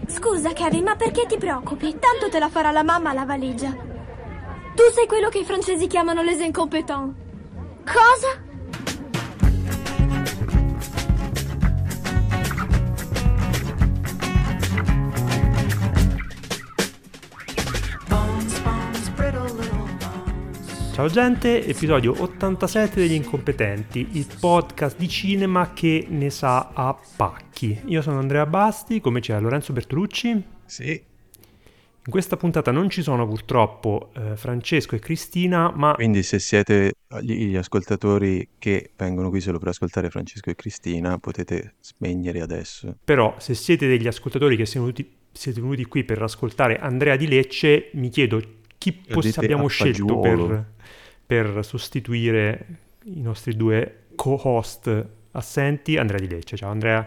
Scusa, Kevin, ma perché ti preoccupi? Tanto te la farà la mamma la valigia. Tu sei quello che i francesi chiamano les incompetents. Cosa? Ciao gente, episodio 87 degli Incompetenti, il podcast di cinema che ne sa a pacchi. Io sono Andrea Basti, come c'è Lorenzo Bertolucci? Sì. In questa puntata non ci sono purtroppo Francesco e Cristina, ma... Quindi se siete gli ascoltatori che vengono qui solo per ascoltare Francesco e Cristina, potete spegnere adesso. Però se siete degli ascoltatori che siete venuti qui per ascoltare Andrea di Lecce, mi chiedo chi abbiamo scelto per sostituire i nostri due co-host assenti. Andrea di Lecce. Ciao Andrea.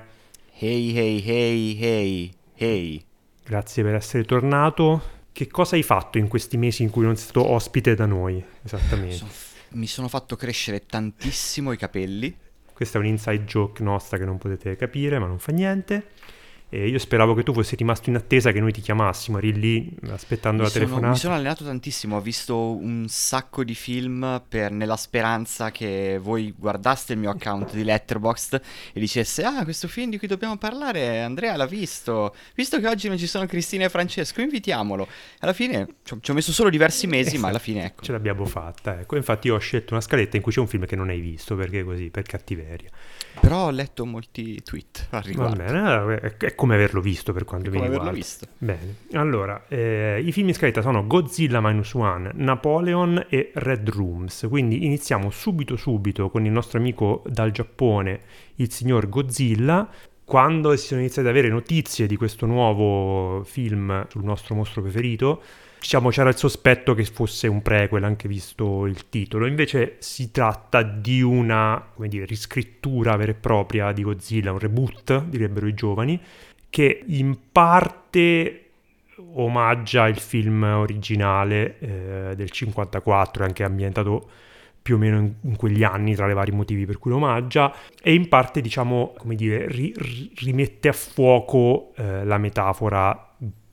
Hey. Grazie per essere tornato. Che cosa hai fatto in questi mesi in cui non sei stato ospite da noi, esattamente? Mi sono fatto crescere tantissimo i capelli. Questa è un inside joke nostra che non potete capire, ma non fa niente. E io speravo che tu fossi rimasto in attesa che noi ti chiamassimo, eri lì aspettando la telefonata. Mi sono allenato tantissimo, ho visto un sacco di film nella speranza che voi guardaste il mio account di Letterboxd e dicesse: ah, questo film di cui dobbiamo parlare Andrea l'ha visto, visto che oggi non ci sono Cristina e Francesco, invitiamolo. Alla fine ci ho messo solo diversi mesi, ma alla fine ecco. Ce l'abbiamo fatta, ecco. Infatti io ho scelto una scaletta in cui c'è un film che non hai visto, perché così, per cattiveria. Però ho letto molti tweet al riguardo. Va bene, è come averlo visto per quanto mi riguarda. Visto. Bene, allora, i film in scaletta sono Godzilla Minus One, Napoleon e Red Rooms, quindi iniziamo subito con il nostro amico dal Giappone, il signor Godzilla. Quando si sono iniziate ad avere notizie di questo nuovo film sul nostro mostro preferito, diciamo c'era il sospetto che fosse un prequel, anche visto il titolo. Invece si tratta di una, come dire, riscrittura vera e propria di Godzilla, un reboot, direbbero i giovani, che in parte omaggia il film originale del 54, anche ambientato più o meno in quegli anni, tra i vari motivi per cui lo omaggia, e in parte, diciamo, come dire, rimette a fuoco la metafora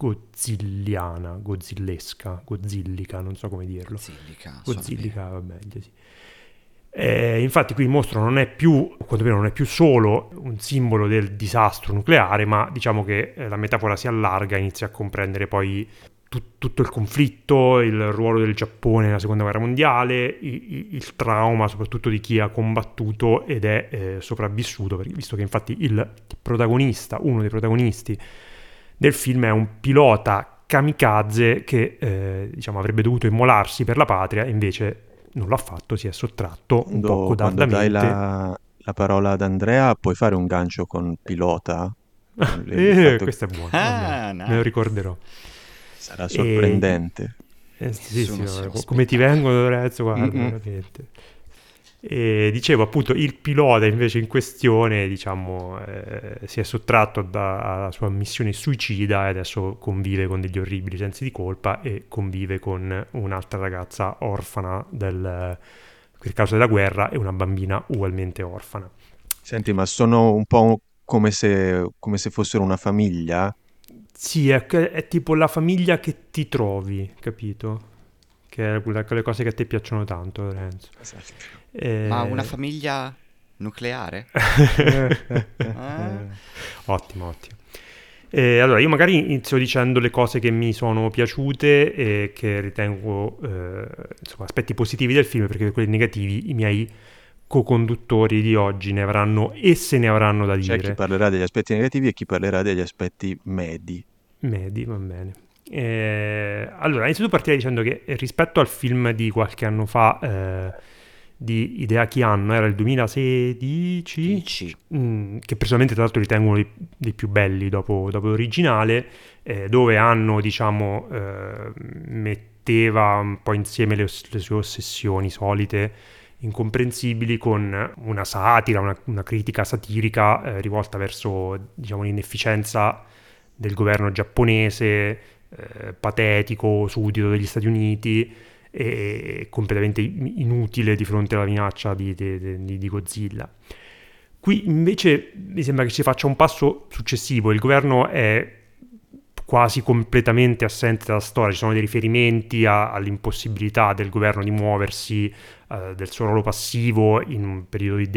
godzillica, non so come dirlo. Godzillica va meglio, sì. Infatti qui il mostro non è più, quantomeno non è più solo un simbolo del disastro nucleare, ma diciamo che la metafora si allarga e inizia a comprendere poi tutto il conflitto, il ruolo del Giappone nella seconda guerra mondiale, il trauma soprattutto di chi ha combattuto ed è sopravvissuto, perché, visto che infatti uno dei protagonisti del film è un pilota kamikaze che diciamo avrebbe dovuto immolarsi per la patria, invece non l'ha fatto, si è sottratto un po' codardamente. Quando dai la parola ad Andrea, puoi fare un gancio con pilota? Questo è buono, no. me lo ricorderò. Sarà sorprendente. Sì, come ti vengono, Lorenzo, guarda, veramente. E dicevo appunto, il pilota invece in questione, diciamo, si è sottratto alla sua missione suicida e adesso convive con degli orribili sensi di colpa e convive con un'altra ragazza orfana per causa della guerra e una bambina ugualmente orfana. Senti, ma sono un po' come se fossero una famiglia? Sì, è tipo la famiglia che ti trovi, capito? Che è quelle cose che a te piacciono tanto, Lorenzo. Esatto. Ma una famiglia nucleare? Ottimo. Allora, io magari inizio dicendo le cose che mi sono piaciute e che ritengo insomma, aspetti positivi del film, perché quelli negativi i miei co-conduttori di oggi ne avranno e se ne avranno da dire. C'è chi parlerà degli aspetti negativi e chi parlerà degli aspetti medi. Medi, va bene. Allora, innanzitutto partirei dicendo che rispetto al film di qualche anno fa di Hideaki Anno, era il 2016, che personalmente tra l'altro ritengo uno dei più belli dopo l'originale, dove Anno, diciamo, metteva un po' insieme le sue ossessioni solite, incomprensibili, con una satira, una critica satirica rivolta verso, diciamo, l'inefficienza del governo giapponese, patetico, suddito degli Stati Uniti e completamente inutile di fronte alla minaccia di Godzilla. Qui invece mi sembra che si faccia un passo successivo. Il governo è quasi completamente assente dalla storia. Ci sono dei riferimenti all'impossibilità del governo di muoversi, del suo ruolo passivo in un periodo di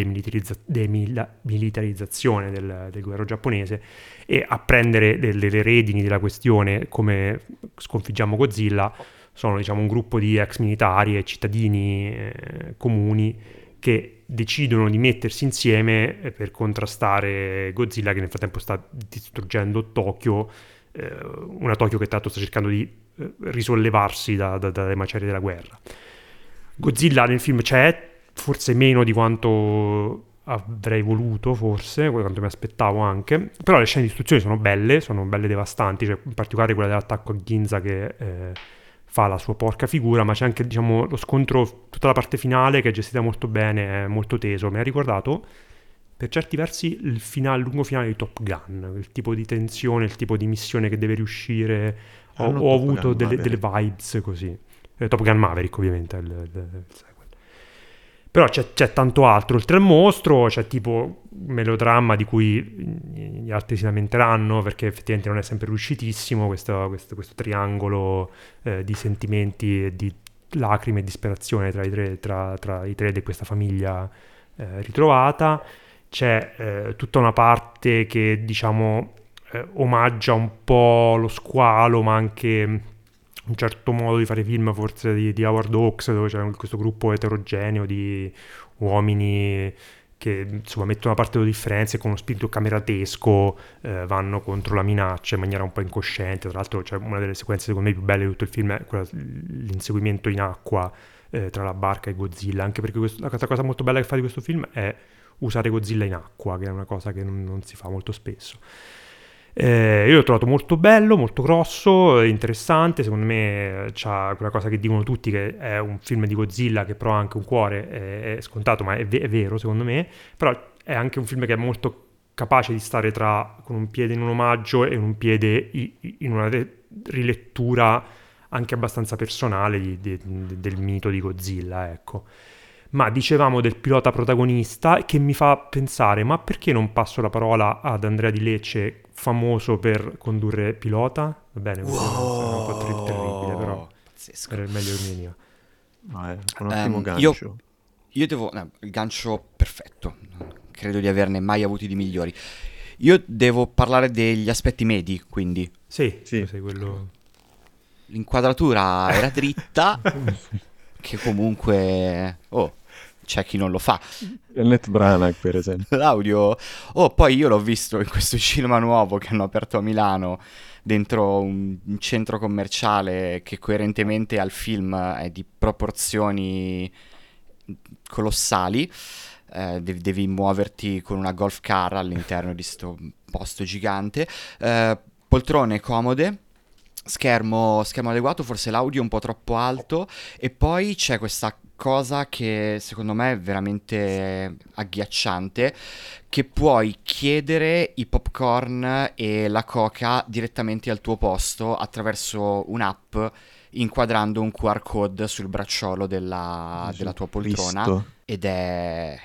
demilitarizzazione del governo giapponese, e a prendere le redini della questione come sconfiggiamo Godzilla sono, diciamo, un gruppo di ex militari e cittadini comuni che decidono di mettersi insieme per contrastare Godzilla, che nel frattempo sta distruggendo Tokyo, una Tokyo che tanto sta cercando di risollevarsi dalle macerie della guerra. Godzilla nel film c'è, forse meno di quanto avrei voluto, forse, quanto mi aspettavo anche, però le scene di istruzione sono belle devastanti, cioè, in particolare quella dell'attacco a Ginza che fa la sua porca figura, ma c'è anche, diciamo, lo scontro, tutta la parte finale che è gestita molto bene, è molto teso. Mi ha ricordato per certi versi il lungo finale di Top Gun, il tipo di tensione, il tipo di missione che deve riuscire. Ho avuto delle vibes così. Top Gun Maverick, ovviamente, il sequel. Però c'è tanto altro. Oltre al mostro c'è tipo un melodramma di cui gli altri si lamenteranno, perché effettivamente non è sempre riuscitissimo, questo triangolo di sentimenti e di lacrime e disperazione tra i tre di questa famiglia ritrovata. C'è tutta una parte che, diciamo, omaggia un po' lo squalo, ma anche un certo modo di fare film forse di Howard Hawks, dove c'è questo gruppo eterogeneo di uomini che, insomma, mettono da parte le differenze e con uno spirito cameratesco vanno contro la minaccia in maniera un po' incosciente. Tra l'altro c'è una delle sequenze secondo me più belle di tutto il film, è l'inseguimento in acqua tra la barca e Godzilla, anche perché la cosa molto bella che fa di questo film è usare Godzilla in acqua, che è una cosa che non si fa molto spesso. Io l'ho trovato molto bello, molto grosso, interessante. Secondo me c'ha quella cosa che dicono tutti, che è un film di Godzilla che però ha anche un cuore, è scontato, ma è vero secondo me. Però è anche un film che è molto capace di stare con un piede in un omaggio e un piede in una rilettura anche abbastanza personale del mito di Godzilla, ecco. Ma dicevamo del pilota protagonista, che mi fa pensare, ma perché non passo la parola ad Andrea Di Lecce, famoso per condurre Pilota? Va bene, è un po' terribile, però pazzesco. era il meglio del mio. No, è un ottimo gancio. Io devo... No, il gancio perfetto, credo di averne mai avuti di migliori. Io devo parlare degli aspetti medi, quindi. Sì. Sei quello... L'inquadratura era dritta, che comunque... c'è chi non lo fa. Kenneth Branagh, per esempio. L'audio... poi io l'ho visto in questo cinema nuovo che hanno aperto a Milano, dentro un centro commerciale che coerentemente al film è di proporzioni colossali. Devi muoverti con una golf car all'interno di sto posto gigante. Poltrone comode. Schermo adeguato, forse l'audio è un po' troppo alto, e poi c'è questa cosa che secondo me è veramente agghiacciante, che puoi chiedere i popcorn e la coca direttamente al tuo posto attraverso un'app, inquadrando un QR code sul bracciolo della tua poltrona. Cristo. Ed è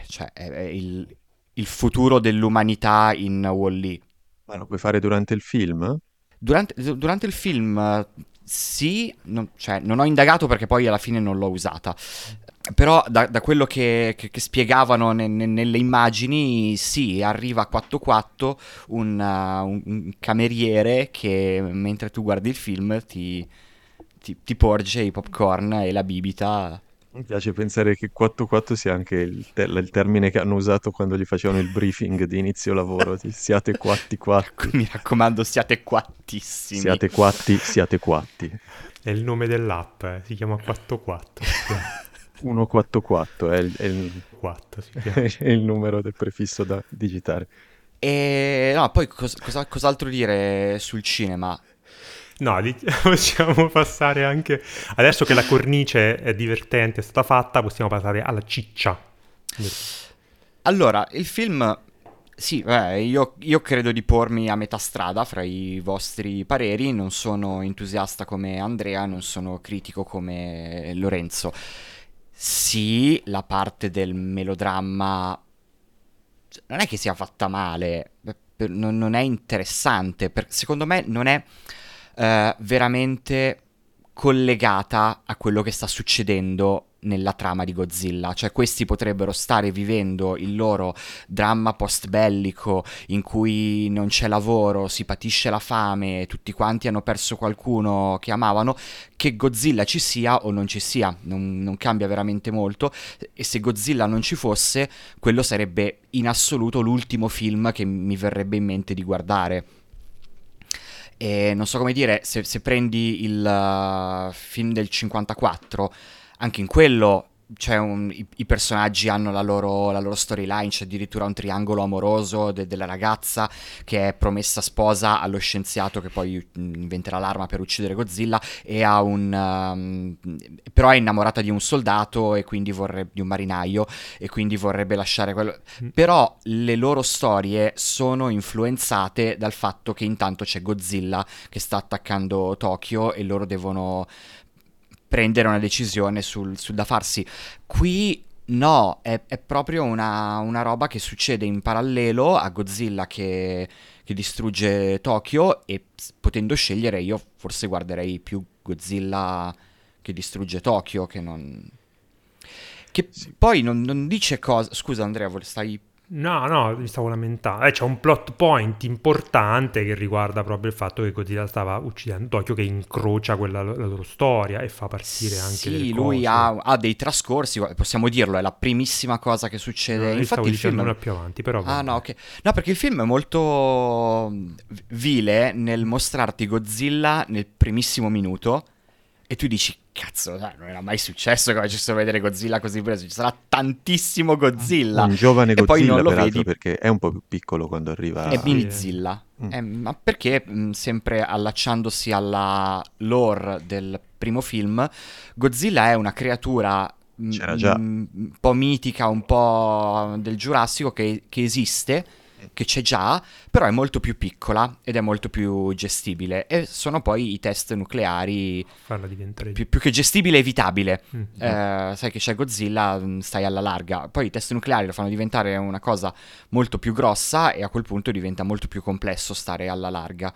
il futuro dell'umanità in Wall-E. Ma lo puoi fare durante il film? Durante il film sì, non ho indagato perché poi alla fine non l'ho usata, però da quello che spiegavano nelle immagini, sì, arriva a 4 un cameriere che mentre tu guardi il film ti porge i popcorn e la bibita. Mi piace pensare che 4-4 sia anche il termine che hanno usato quando gli facevano il briefing di inizio lavoro. Siate quatti. Mi raccomando, siate quattissimi. Siate quatti. È il nome dell'app, si chiama 44. 144 è il 4, si è chiama. il numero del prefisso da digitare. E no, poi cos'altro dire sul cinema? No, possiamo passare anche... Adesso che la cornice è divertente, è stata fatta, possiamo passare alla ciccia. Allora, il film... Sì, io credo di pormi a metà strada fra i vostri pareri. Non sono entusiasta come Andrea, non sono critico come Lorenzo. Sì, la parte del melodramma non è che sia fatta male, non è interessante. Secondo me non è veramente collegata a quello che sta succedendo nella trama di Godzilla. Cioè questi potrebbero stare vivendo il loro dramma post-bellico in cui non c'è lavoro, si patisce la fame, tutti quanti hanno perso qualcuno che amavano. Che Godzilla ci sia o non ci sia non cambia veramente molto, e se Godzilla non ci fosse, quello sarebbe in assoluto l'ultimo film che mi verrebbe in mente di guardare. E non so come dire, se prendi il film del 54, anche in quello i personaggi hanno la loro storyline, c'è addirittura un triangolo amoroso della ragazza che è promessa sposa allo scienziato che poi inventerà l'arma per uccidere Godzilla, e però è innamorata di un soldato e quindi di un marinaio, e quindi vorrebbe lasciare quello. Però le loro storie sono influenzate dal fatto che intanto c'è Godzilla che sta attaccando Tokyo e loro devono prendere una decisione sul da farsi. Qui no, è proprio una roba che succede in parallelo a Godzilla che distrugge Tokyo, e potendo scegliere io forse guarderei più Godzilla che distrugge Tokyo, che non... Che Sì. poi non dice cosa... Scusa Andrea, stai... No, mi stavo lamentando. C'è un plot point importante che riguarda proprio il fatto che Godzilla stava uccidendo Tokyo, che incrocia la loro storia e fa partire anche delle Sì, cose. lui ha dei trascorsi, possiamo dirlo, è la primissima cosa che succede. No, io Infatti stavo il dicendo film... una più avanti, però Ah, vabbè. no, ok. No, perché il film è molto vile nel mostrarti Godzilla nel primissimo minuto, e tu dici, cazzo, dai, non era mai successo che facessero vedere Godzilla così preso, ci sarà tantissimo Godzilla. Un giovane E poi non Godzilla, lo peraltro, vedi. perché è un po' più piccolo quando arriva. È Sì. Minizilla. Ma perché, sempre allacciandosi alla lore del primo film, Godzilla è una creatura C'era già. un po' mitica, un po' del Giurassico, che esiste, che c'è già, però è molto più piccola ed è molto più gestibile. E sono poi i test nucleari, Farla diventare... più che gestibile, evitabile. Mm. Sai che c'è Godzilla, stai alla larga. Poi i test nucleari lo fanno diventare una cosa molto più grossa, e a quel punto diventa molto più complesso stare alla larga.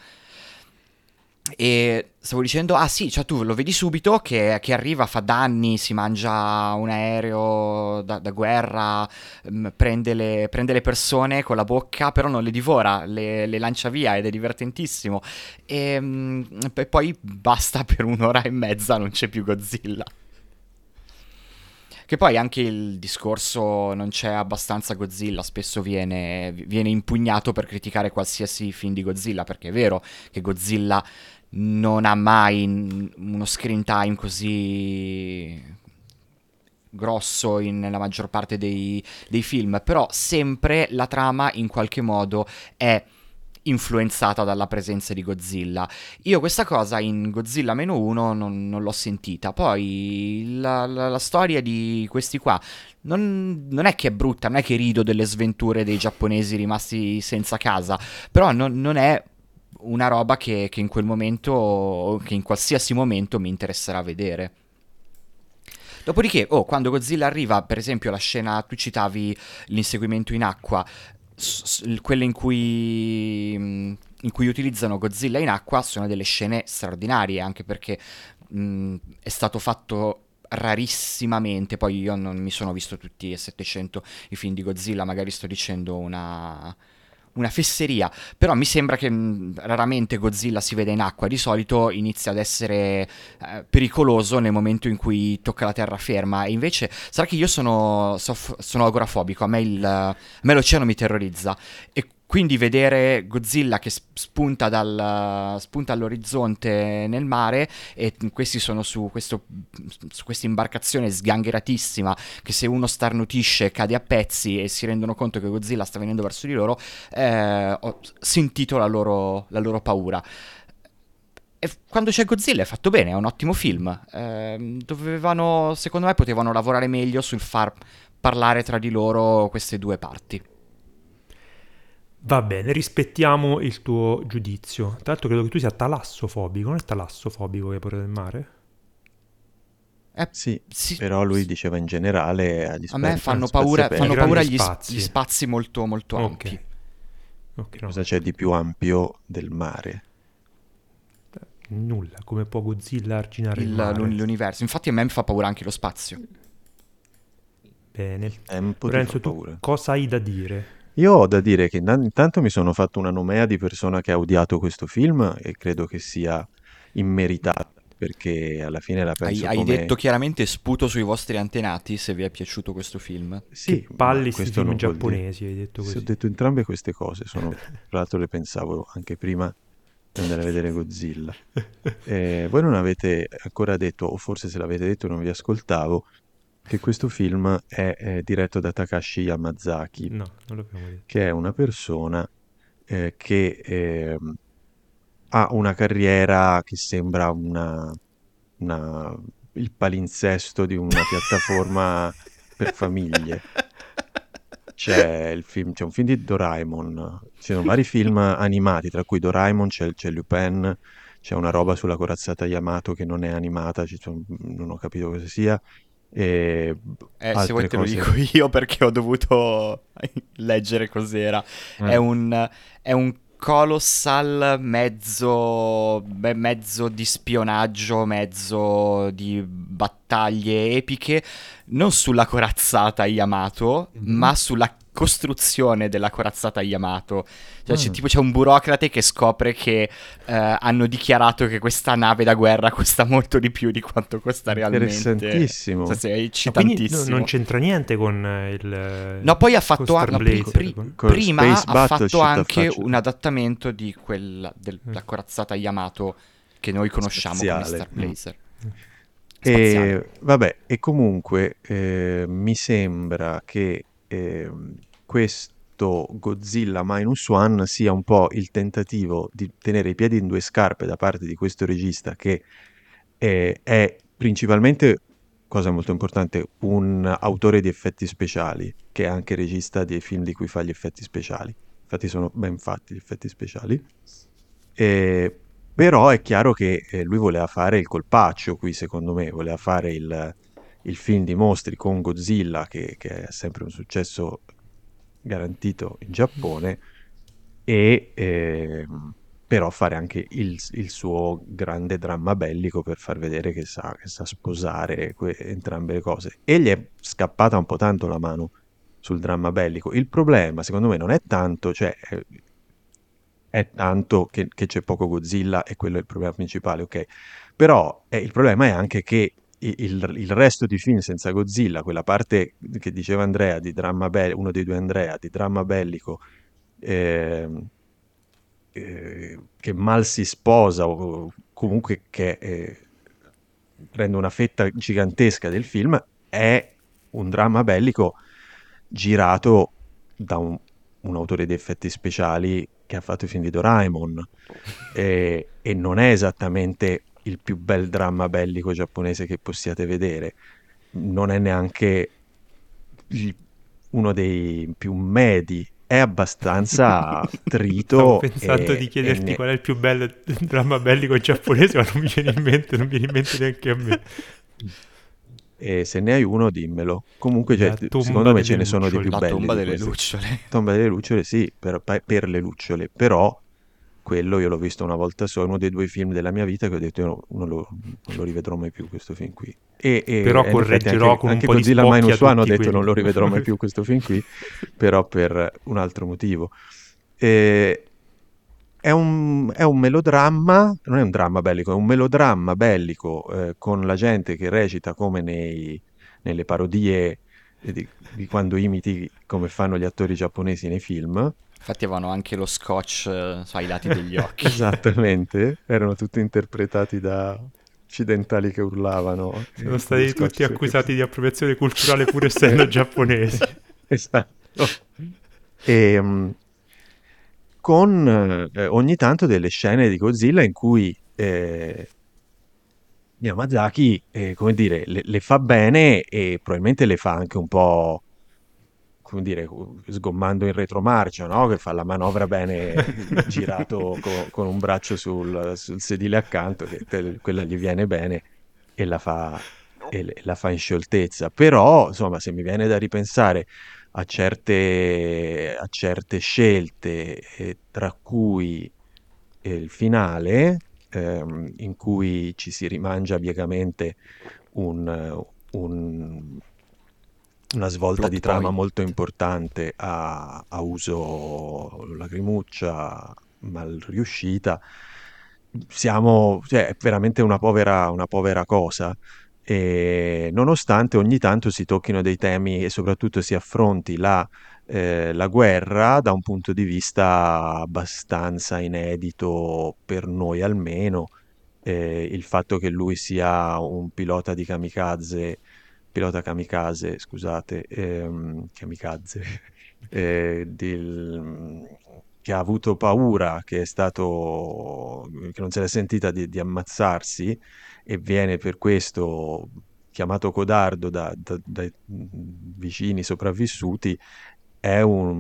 E stavo dicendo, ah sì, cioè tu lo vedi subito che arriva, fa danni, si mangia un aereo da guerra, prende le persone con la bocca, però non le divora, le lancia via, ed è divertentissimo. E poi basta, per un'ora e mezza non c'è più Godzilla. Che poi anche il discorso non c'è abbastanza Godzilla spesso viene impugnato per criticare qualsiasi film di Godzilla, perché è vero che Godzilla non ha mai uno screen time così grosso nella maggior parte dei film, però sempre la trama in qualche modo è influenzata dalla presenza di Godzilla. Io questa cosa in Godzilla -1 non l'ho sentita. Poi la storia di questi qua non è che è brutta, non è che rido delle sventure dei giapponesi rimasti senza casa, però non è una roba che in quel momento, o che in qualsiasi momento mi interesserà vedere. Dopodiché, quando Godzilla arriva, per esempio la scena, tu citavi l'inseguimento in acqua, quelle in cui utilizzano Godzilla in acqua sono delle scene straordinarie, anche perché è stato fatto rarissimamente. Poi io non mi sono visto tutti e 700 i film di Godzilla, magari sto dicendo una fesseria, però mi sembra che raramente Godzilla si vede in acqua. Di solito inizia ad essere pericoloso nel momento in cui tocca la terraferma, e invece sarà che io sono agorafobico, a me l'oceano mi terrorizza, e quindi vedere Godzilla che spunta all'orizzonte nel mare, e questi sono su questa imbarcazione sgangheratissima, che se uno starnutisce cade a pezzi, e si rendono conto che Godzilla sta venendo verso di loro, ho sentito la loro paura. E quando c'è Godzilla è fatto bene, è un ottimo film. Secondo me potevano lavorare meglio sul far parlare tra di loro queste due parti. Va bene, rispettiamo il tuo giudizio. Tra l'altro credo che tu sia talassofobico, non è talassofobico che hai paura del mare? Sì, Sì, però lui diceva in generale agli a me spazi fanno spazi paura aperti. grandi gli spazi. spazi molto, molto Ok. ampi. Ok, no. Cosa c'è di più ampio del mare? nulla, come può Godzilla arginare il mare. l'universo. Infatti a me mi fa paura anche lo spazio. Bene. un po' ti Lorenzo, fa tu paura. cosa hai da dire? Io ho da dire che intanto mi sono fatto una nomea di persona che ha odiato questo film e credo che sia immeritata, perché alla fine la penso Hai detto come... chiaramente sputo sui vostri antenati se vi è piaciuto questo film. Sì, Che ma palle sti questo film non vuol dire... giapponesi, hai detto Se ho così. detto entrambe queste cose, tra l'altro le pensavo anche prima di andare a vedere Godzilla. Voi non avete ancora detto, o forse se l'avete detto non vi ascoltavo, che questo film è diretto da Takashi Yamazaki, No, non l'abbiamo detto. che è una persona che ha una carriera che sembra una- il palinsesto di una piattaforma per famiglie. C'è un film di Doraemon, ci sono vari film animati, tra cui Doraemon, c'è Lupin, c'è una roba sulla corazzata Yamato che non è animata, non ho capito cosa sia, e Se vuoi altre te lo cose. dico io perché ho dovuto leggere cos'era. È Eh, un colossal mezzo di spionaggio, mezzo di battaglie epiche, non sulla corazzata Yamato, mhm. ma sulla costruzione della corazzata Yamato. Cioè, Ah, c'è un burocrate che scopre che hanno dichiarato che questa nave da guerra costa molto di più di quanto costa realmente. interessantissimo. Sì, è Ma quindi non eccitantissimo. c'entra niente con No, poi ha con fatto Star No, Blazer. prima Space ha fatto Battleship anche affaccia un adattamento di quella Eh, della corazzata Yamato che noi conosciamo come spaziale. Star Blazer. Spaziale. E vabbè, e comunque mi sembra che questo Godzilla Minus One sia un po' il tentativo di tenere i piedi in due scarpe da parte di questo regista che è principalmente, cosa molto importante, un autore di effetti speciali, che è anche regista dei film di cui fa gli effetti speciali. Infatti sono ben fatti gli effetti speciali. Eh, Però è chiaro che lui voleva fare il colpaccio qui, secondo me, voleva fare il film di mostri con Godzilla, che è sempre un successo garantito in Giappone, e però fare anche il suo grande dramma bellico per far vedere che sa sposare entrambe le cose. E gli è scappata un po' tanto la mano sul dramma bellico. Il problema, secondo me, non è tanto, cioè, è tanto che c'è poco Godzilla e quello è il problema principale, ok? Però il problema è anche che il resto di film senza Godzilla, quella parte che diceva Andrea di dramma bellico, uno dei due Andrea, di dramma bellico, ehm, che mal si sposa o comunque che prende una fetta gigantesca del film, è un dramma bellico girato da un autore di effetti speciali che ha fatto i film di Doraemon e non è esattamente il più bel dramma bellico giapponese che possiate vedere, non è neanche il- uno dei più medi, è abbastanza Stavo trito pensando di chiederti qual è il più bello dramma bellico giapponese, ma non mi viene in mente, non viene in mente neanche a me. e se ne hai uno dimmelo. Comunque, cioè, La secondo tomba me delle ce ne sono di più lucciole. La belli tomba di delle questo. lucciole. Tomba delle lucciole, sì, per le lucciole, però quello io l'ho visto una volta sola, uno dei due film della mia vita che ho detto io non lo rivedrò mai più questo film qui. Però E in effetti correggerò con un anche po' di Godzilla spocchia Minus One ho tutti detto non quelli. lo rivedrò mai più questo film qui, però per un altro motivo. E è un melodramma, non è un dramma bellico, è un melodramma bellico con la gente che recita come nelle parodie di quando imiti come fanno gli attori giapponesi nei film. Infatti avevano anche lo scotch ai lati degli occhi. Esattamente, erano tutti interpretati da occidentali che urlavano Sono con lo stati tutti scotch. accusati di appropriazione culturale pur essendo giapponesi. Esatto. E, con ogni tanto delle scene di Godzilla in cui Miyazaki, come dire, le fa bene e probabilmente le fa anche un po', come dire, sgommando in retromarcia, no? Che fa la manovra bene girato con un braccio sul sedile accanto, che quella gli viene bene e la fa in scioltezza. Però, insomma, se mi viene da ripensare a certe scelte, tra cui il finale, in cui ci si rimangia biecamente un- una svolta di Plot trama point. molto importante a uso lacrimuccia mal riuscita. Cioè, è veramente una povera cosa. E nonostante ogni tanto si tocchino dei temi e soprattutto si affronti la guerra da un punto di vista abbastanza inedito per noi almeno, il fatto che lui sia un pilota kamikaze, scusate, kamikaze, che ha avuto paura, che non se l'è sentita di ammazzarsi e viene per questo chiamato codardo dai vicini sopravvissuti, è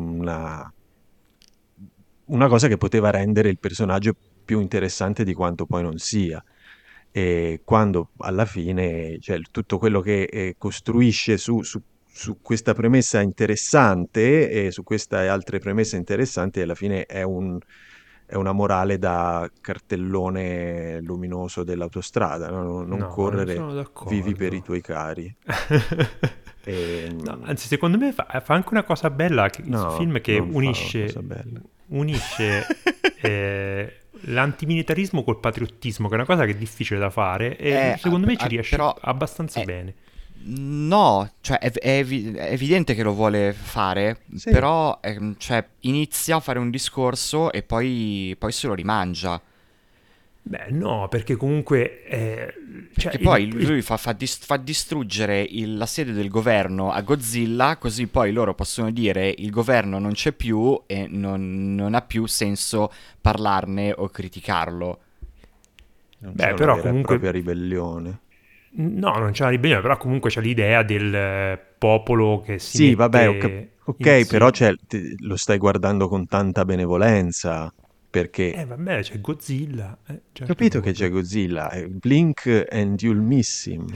una cosa che poteva rendere il personaggio più interessante di quanto poi non sia. E quando alla fine, cioè, tutto quello che costruisce su questa premessa interessante e su queste altre premesse interessanti, alla fine è una morale da cartellone luminoso dell'autostrada, no? Non No, non correre, sono vivi per i d'accordo. tuoi cari. No, Ehm, anzi, secondo me fa anche una cosa bella questo no, film che non fa una cosa bella. unisce l'antimilitarismo col patriottismo, che è una cosa che è difficile da fare e secondo me ci riesce Però abbastanza eh, bene. no, cioè è evidente che lo vuole fare, Sì, però cioè, inizia a fare un discorso e poi se lo rimangia. Beh, no, perché comunque cioè Perché poi lui fa distruggere la sede del governo a Godzilla, così poi loro possono dire il governo non c'è più e non ha più senso parlarne o criticarlo. non c'è beh, una però vera e comunque propria ribellione. no, non c'è la ribellione, però comunque c'è l'idea del popolo che si Sì, vabbè, mette ok, però insieme. lo stai guardando con tanta benevolenza, perché Vabbè, c'è Godzilla, certo che capito lo che c'è guardo. Godzilla, Blink and you'll miss him.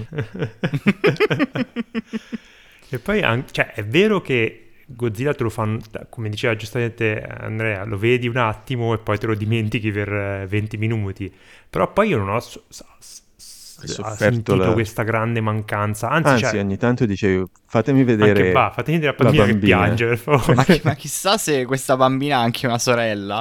E poi cioè, è vero che Godzilla te lo fanno, come diceva giustamente Andrea, lo vedi un attimo e poi te lo dimentichi per 20 minuti. Però poi io non ho Hai sofferto sentito questa grande mancanza. Anzi, Anzi, cioè, ogni tanto dicevi, fatemi anche vedere fatemi vedere la la bambina che bambina. piange, per favore. Ma chissà se questa bambina ha anche una sorella.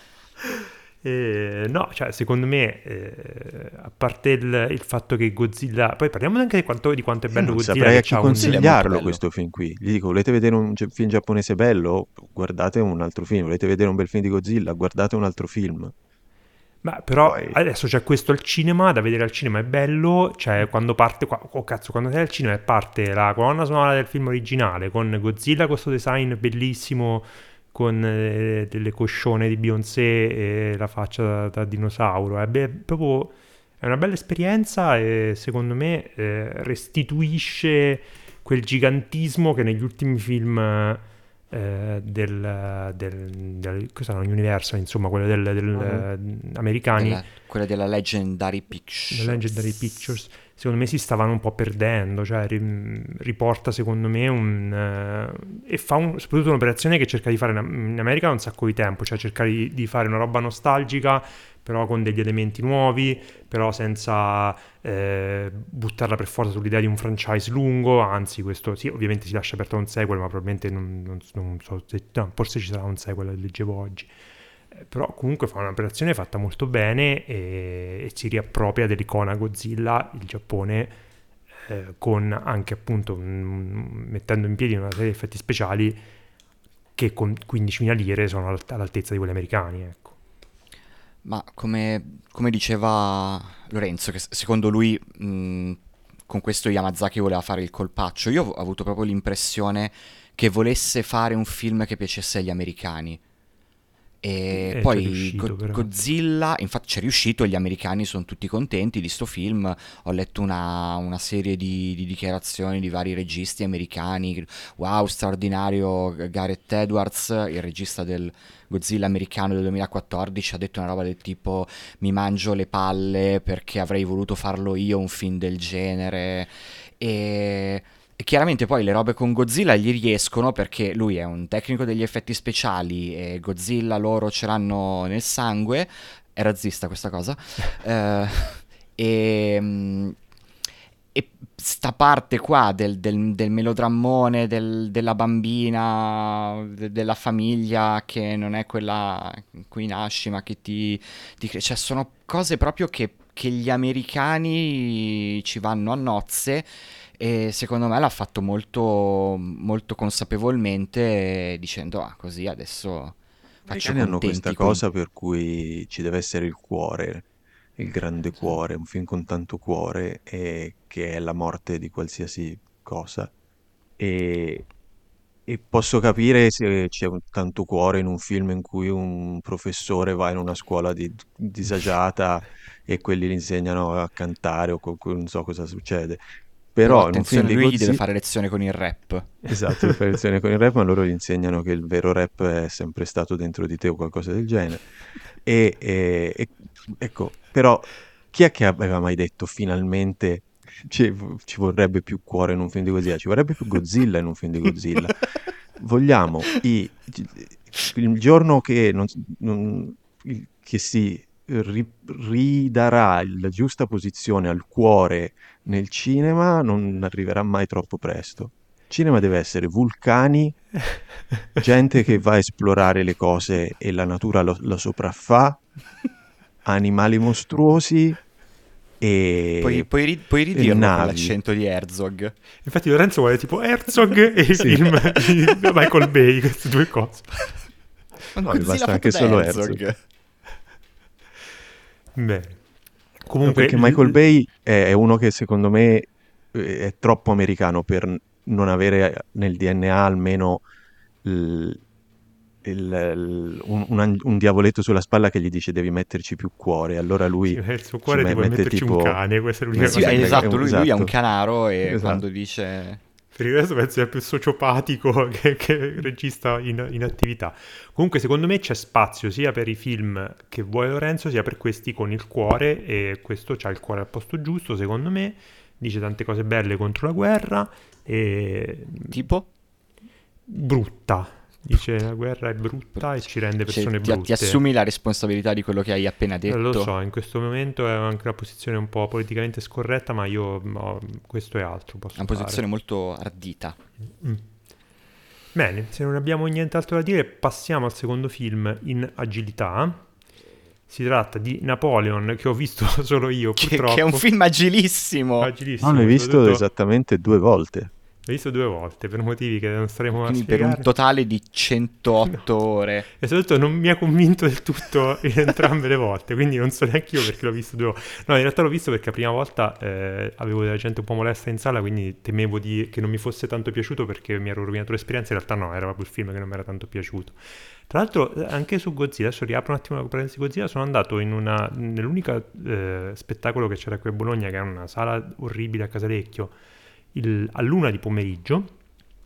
No, cioè, secondo me, a parte il fatto che Godzilla. Poi parliamo anche di quanto è Io bello non Godzilla, saprei che a chi c'ha Godzilla è molto consigliarlo bello. questo film qui. Gli dico, volete vedere un film giapponese bello? Guardate un altro film. Volete vedere un bel film di Godzilla? Guardate un altro film. Ma però Poi, adesso c'è questo al cinema, da vedere al cinema è bello, cioè quando parte, oh cazzo, quando sei al cinema e parte la colonna sonora del film originale con Godzilla, questo design bellissimo, con delle coscione di Beyoncé e la faccia da dinosauro, proprio, è una bella esperienza e secondo me restituisce quel gigantismo che negli ultimi film cos'erano, Universal, insomma, quello mhm. americani, Quella della Legendary The Legendary Pictures. Pictures, secondo me si stavano un po' perdendo, cioè riporta secondo me e fa soprattutto un'operazione che cerca di fare in America da un sacco di tempo, cioè cercare di fare una roba nostalgica, però con degli elementi nuovi, però senza buttarla per forza sull'idea di un franchise lungo, anzi questo sì, ovviamente si lascia aperto a un sequel, ma probabilmente non so se, no, forse ci sarà un sequel, leggevo oggi. Però comunque fa un'operazione fatta molto bene e si riappropria dell'icona Godzilla, il Giappone, con anche appunto mettendo in piedi una serie di effetti speciali che con 15.000 lire sono all'altezza di quelli americani, ecco. Ma come diceva Lorenzo, che secondo lui con questo Yamazaki voleva fare il colpaccio, io ho avuto proprio l'impressione che volesse fare un film che piacesse agli americani. E C'è poi riuscito però. Godzilla, infatti c'è riuscito, gli americani sono tutti contenti di sto film. Ho letto una serie di dichiarazioni di vari registi americani. Wow, straordinario, Gareth Edwards, il regista del Godzilla americano del 2014, ha detto una roba del tipo mi mangio le palle perché avrei voluto farlo io un film del genere. E chiaramente poi le robe con Godzilla gli riescono perché lui è un tecnico degli effetti speciali e Godzilla loro ce l'hanno nel sangue, è razzista questa cosa. Eh, e, e sta parte qua del melodrammone, della bambina, della famiglia che non è quella in cui nasci, ma che cioè sono cose proprio che gli americani ci vanno a nozze. E secondo me l'ha fatto molto, molto consapevolmente, dicendo: ah, così adesso I faccio americani hanno questa contenti con... cosa per cui ci deve essere il cuore, il grande Sì. cuore, un film con tanto cuore, e che è la morte di qualsiasi cosa. E, e posso capire se c'è tanto cuore in un film in cui un professore va in una scuola disagiata e quelli gli insegnano a cantare o non so cosa succede. Però Però in un film attenzione, di lui gli deve Godzilla, fare lezione con il rap. esatto, per lezione con il rap, ma loro gli insegnano che il vero rap è sempre stato dentro di te o qualcosa del genere. Ecco, però chi è che aveva mai detto finalmente ci vorrebbe più cuore in un film di Godzilla? Ci vorrebbe più Godzilla in un film di Godzilla. Vogliamo il giorno che, che si ridarà la giusta posizione al cuore nel cinema, non arriverà mai troppo presto. Il cinema deve essere vulcani, gente che va a esplorare le cose e la natura la sopraffa, animali mostruosi Puoi, e, puoi e ridirlo con navi. l'accento di Herzog. Infatti Lorenzo vuole tipo Herzog e il Sì. film di Michael Bay, queste due cose. Ma No, mi Godzilla basta fatto anche da solo Herzog. Herzog. Bene. No, Comunque, perché Michael Bay è uno che secondo me è troppo americano per non avere nel DNA almeno il- un diavoletto sulla spalla che gli dice devi metterci più cuore. Allora sì, lui nel suo ci cuore ti vuoi mette metterci un tipo... cane, questa è l'unica Sì, cosa che mi esatto, lui è un esatto, canaro e esatto. quando dice... Per il resto penso sia più sociopatico che regista in attività. Comunque secondo me c'è spazio sia per i film che vuole Lorenzo, sia per questi con il cuore, e questo c'ha il cuore al posto giusto, secondo me. Dice tante cose belle contro la guerra, e Tipo? brutta. Dice la guerra è brutta e ci rende Cioè, persone ti brutte. assumi la responsabilità di quello che hai appena detto? Lo so, in questo momento è anche una posizione un po' politicamente scorretta, ma io questo è altro, È posso una posizione fare. molto ardita. Mm. Bene, se non abbiamo nient'altro da dire, passiamo al secondo film in agilità. Si tratta di Napoleon, che ho visto solo io, purtroppo. Che è un film agilissimo. No, Agilissimo, l'hai visto soprattutto esattamente 2 volte. l'ho visto 2 volte, per motivi che non staremo a Quindi per un spiegare. totale di 108 No. ore. E soprattutto non mi ha convinto del tutto in entrambe le volte, quindi non so neanche io perché l'ho visto 2 volte. No, in realtà l'ho visto perché la prima volta avevo della gente un po' molesta in sala, quindi temevo che non mi fosse tanto piaciuto perché mi ero rovinato l'esperienza. In realtà no, era proprio il film che non mi era tanto piaciuto. Tra l'altro anche su Godzilla, adesso riapro un attimo la parentesi di Godzilla, sono andato nell'unica spettacolo che c'era qui a Bologna, che è una sala orribile a Casalecchio, all'1 di pomeriggio,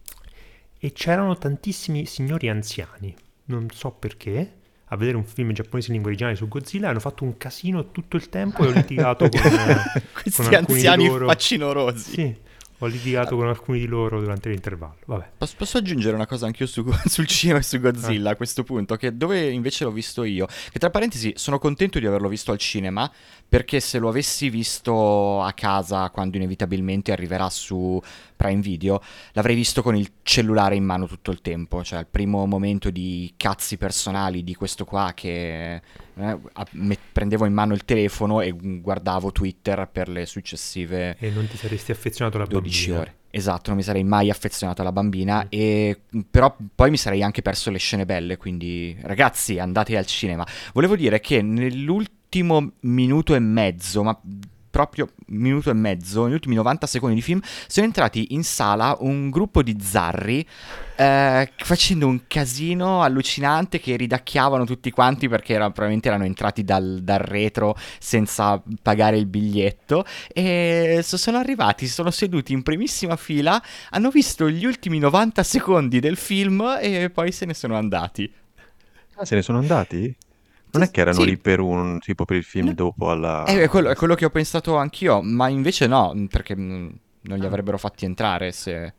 e c'erano tantissimi signori anziani, non so perché, a vedere un film giapponese in lingua originale su Godzilla. Hanno fatto un casino tutto il tempo e ho litigato con Questi alcuni di anziani loro. facinorosi. Sì, ho litigato con alcuni di loro durante l'intervallo. Vabbè. Posso aggiungere una cosa anch'io sul cinema e su Godzilla a questo punto, che dove invece l'ho visto io, che tra parentesi sono contento di averlo visto al cinema, perché se lo avessi visto a casa quando inevitabilmente arriverà su Prime Video, l'avrei visto con il cellulare in mano tutto il tempo, cioè al primo momento di cazzi personali di questo qua che prendevo in mano il telefono e guardavo Twitter per le successive E non ti saresti affezionato alla 12 bambina. ore. Esatto, non mi sarei mai affezionato alla bambina, però poi mi sarei anche perso le scene belle, quindi ragazzi andate al cinema. Volevo dire che nell'ultimo minuto e mezzo, ma proprio minuto e mezzo, negli ultimi 90 secondi di film, sono entrati in sala un gruppo di zarri facendo un casino allucinante, che ridacchiavano tutti quanti perché probabilmente erano entrati dal retro senza pagare il biglietto, e sono arrivati, si sono seduti in primissima fila, hanno visto gli ultimi 90 secondi del film e poi se ne sono andati. Ah, se ne sono andati? Non è che erano Sì. lì per tipo per il film No. dopo alla... È quello che ho pensato anch'io, ma invece no, perché non li avrebbero fatti entrare se...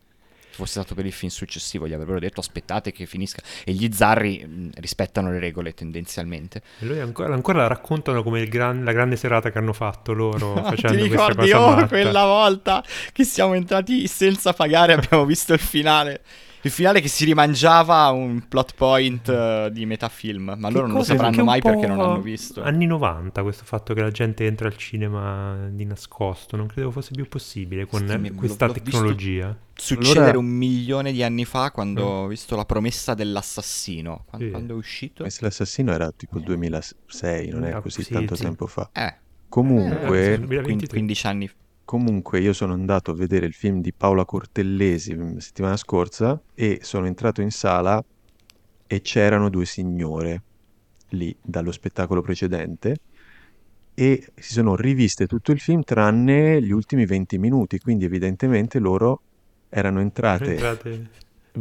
fosse stato per il film successivo gli avrebbero detto aspettate che finisca, e gli zarri rispettano le regole tendenzialmente. E lui ancora la raccontano come la grande serata che hanno fatto loro Ti facendo questa ricordi cosa matta. quella volta che siamo entrati senza pagare e abbiamo visto il finale? Il finale che si rimangiava un plot point di metà film, ma loro non lo sapranno mai perché non l'hanno visto. Anni 90 questo fatto che la gente entra al cinema di nascosto, non credevo fosse più possibile con questa l'ho tecnologia. Succedere Allora- 1.000.000 di anni fa quando ho visto La promessa dell'assassino. Sì. Quando è uscito? Questo l'assassino era tipo il 2006, non è così Sì, tanto sì. tempo fa. Sono Comunque, 2023. 15 anni fa. comunque io sono andato a vedere il film di Paola Cortellesi la settimana scorsa e sono entrato in sala e c'erano due signore lì dallo spettacolo precedente e si sono riviste tutto il film tranne gli ultimi 20 minuti, quindi evidentemente loro erano entrate Entrate-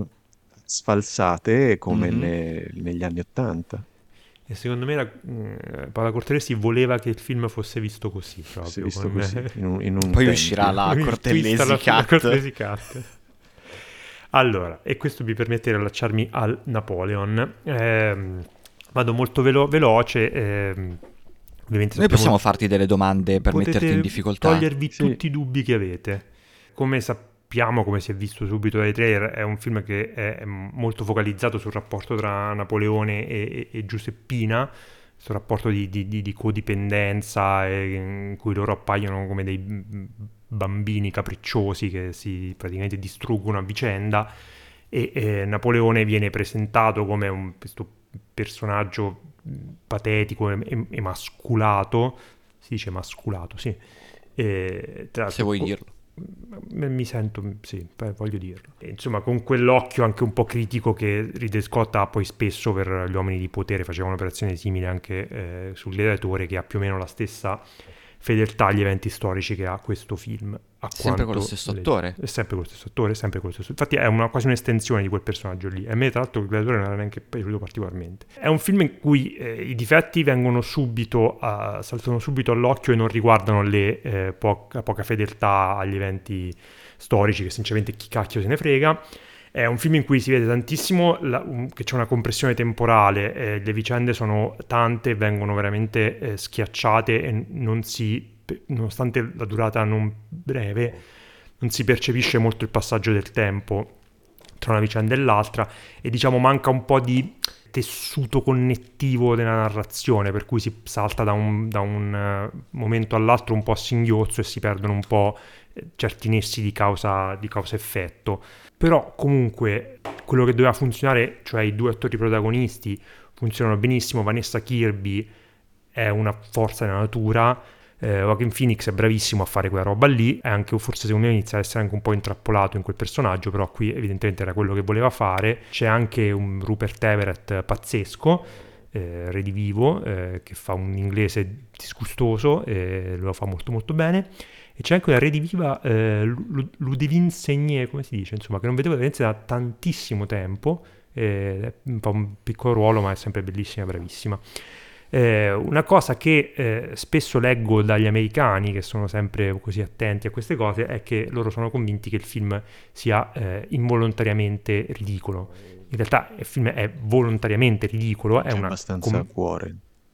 sfalsate come Mhm. negli anni '80. E secondo me Paola Cortellesi voleva che il film fosse visto così Si è proprio. visto con- così, in un Poi tempio. uscirà la il twist Cortellesi alla fine, la Cut. Cortellesi Cut. Allora, e questo mi permette di allacciarmi al Napoleon. Vado molto veloce. Ovviamente Noi sappiamo- possiamo farti delle domande per potete metterti in difficoltà. togliervi Sì. tutti i dubbi che avete. Come sappiamo, come si è visto subito dai trailer, è un film che è molto focalizzato sul rapporto tra Napoleone e Giuseppina, questo rapporto di codipendenza in cui loro appaiono come dei bambini capricciosi che si praticamente distruggono a vicenda e Napoleone viene presentato come questo personaggio patetico e emasculato, si dice masculato, sì. Se vuoi dirlo. Mi sento, sì, voglio dirlo. E, insomma, con quell'occhio anche un po' critico che Ridley Scott ha poi spesso per gli uomini di potere, faceva un'operazione simile anche sul Gladiatore, che ha più o meno la stessa fedeltà agli eventi storici che ha questo film. Sempre con lo stesso attore? È sempre con lo stesso attore, sempre con lo stesso. Infatti è quasi un'estensione di quel personaggio lì. E a me tra l'altro il Gladiatore non era neanche piaciuto particolarmente. È un film in cui i difetti vengono saltano subito all'occhio e non riguardano le poca fedeltà agli eventi storici, che sinceramente chi cacchio se ne frega. È un film in cui si vede tantissimo che c'è una compressione temporale, le vicende sono tante, vengono veramente schiacciate e nonostante la durata non breve, non si percepisce molto il passaggio del tempo tra una vicenda e l'altra e diciamo manca un po' di tessuto connettivo della narrazione, per cui si salta da un momento all'altro un po' a singhiozzo e si perdono un po' certi nessi di causa-effetto. Però comunque quello che doveva funzionare, cioè i due attori protagonisti, funzionano benissimo. Vanessa Kirby è una forza della natura, Joaquin Phoenix è bravissimo a fare quella roba lì, è anche forse secondo me inizia ad essere anche un po' intrappolato in quel personaggio, però qui evidentemente era quello che voleva fare. C'è anche un Rupert Everett pazzesco, redivivo, che fa un inglese disgustoso, lo fa molto molto bene. E c'è anche una rediviva Ludivine Sagnier, come si dice, insomma, che non vedevo veramente da tantissimo tempo, fa un piccolo ruolo ma è sempre bellissima, bravissima. Una cosa che spesso leggo dagli americani, che sono sempre così attenti a queste cose, è che loro sono convinti che il film sia involontariamente ridicolo. In realtà il film è volontariamente ridicolo, è C'è abbastanza cuore.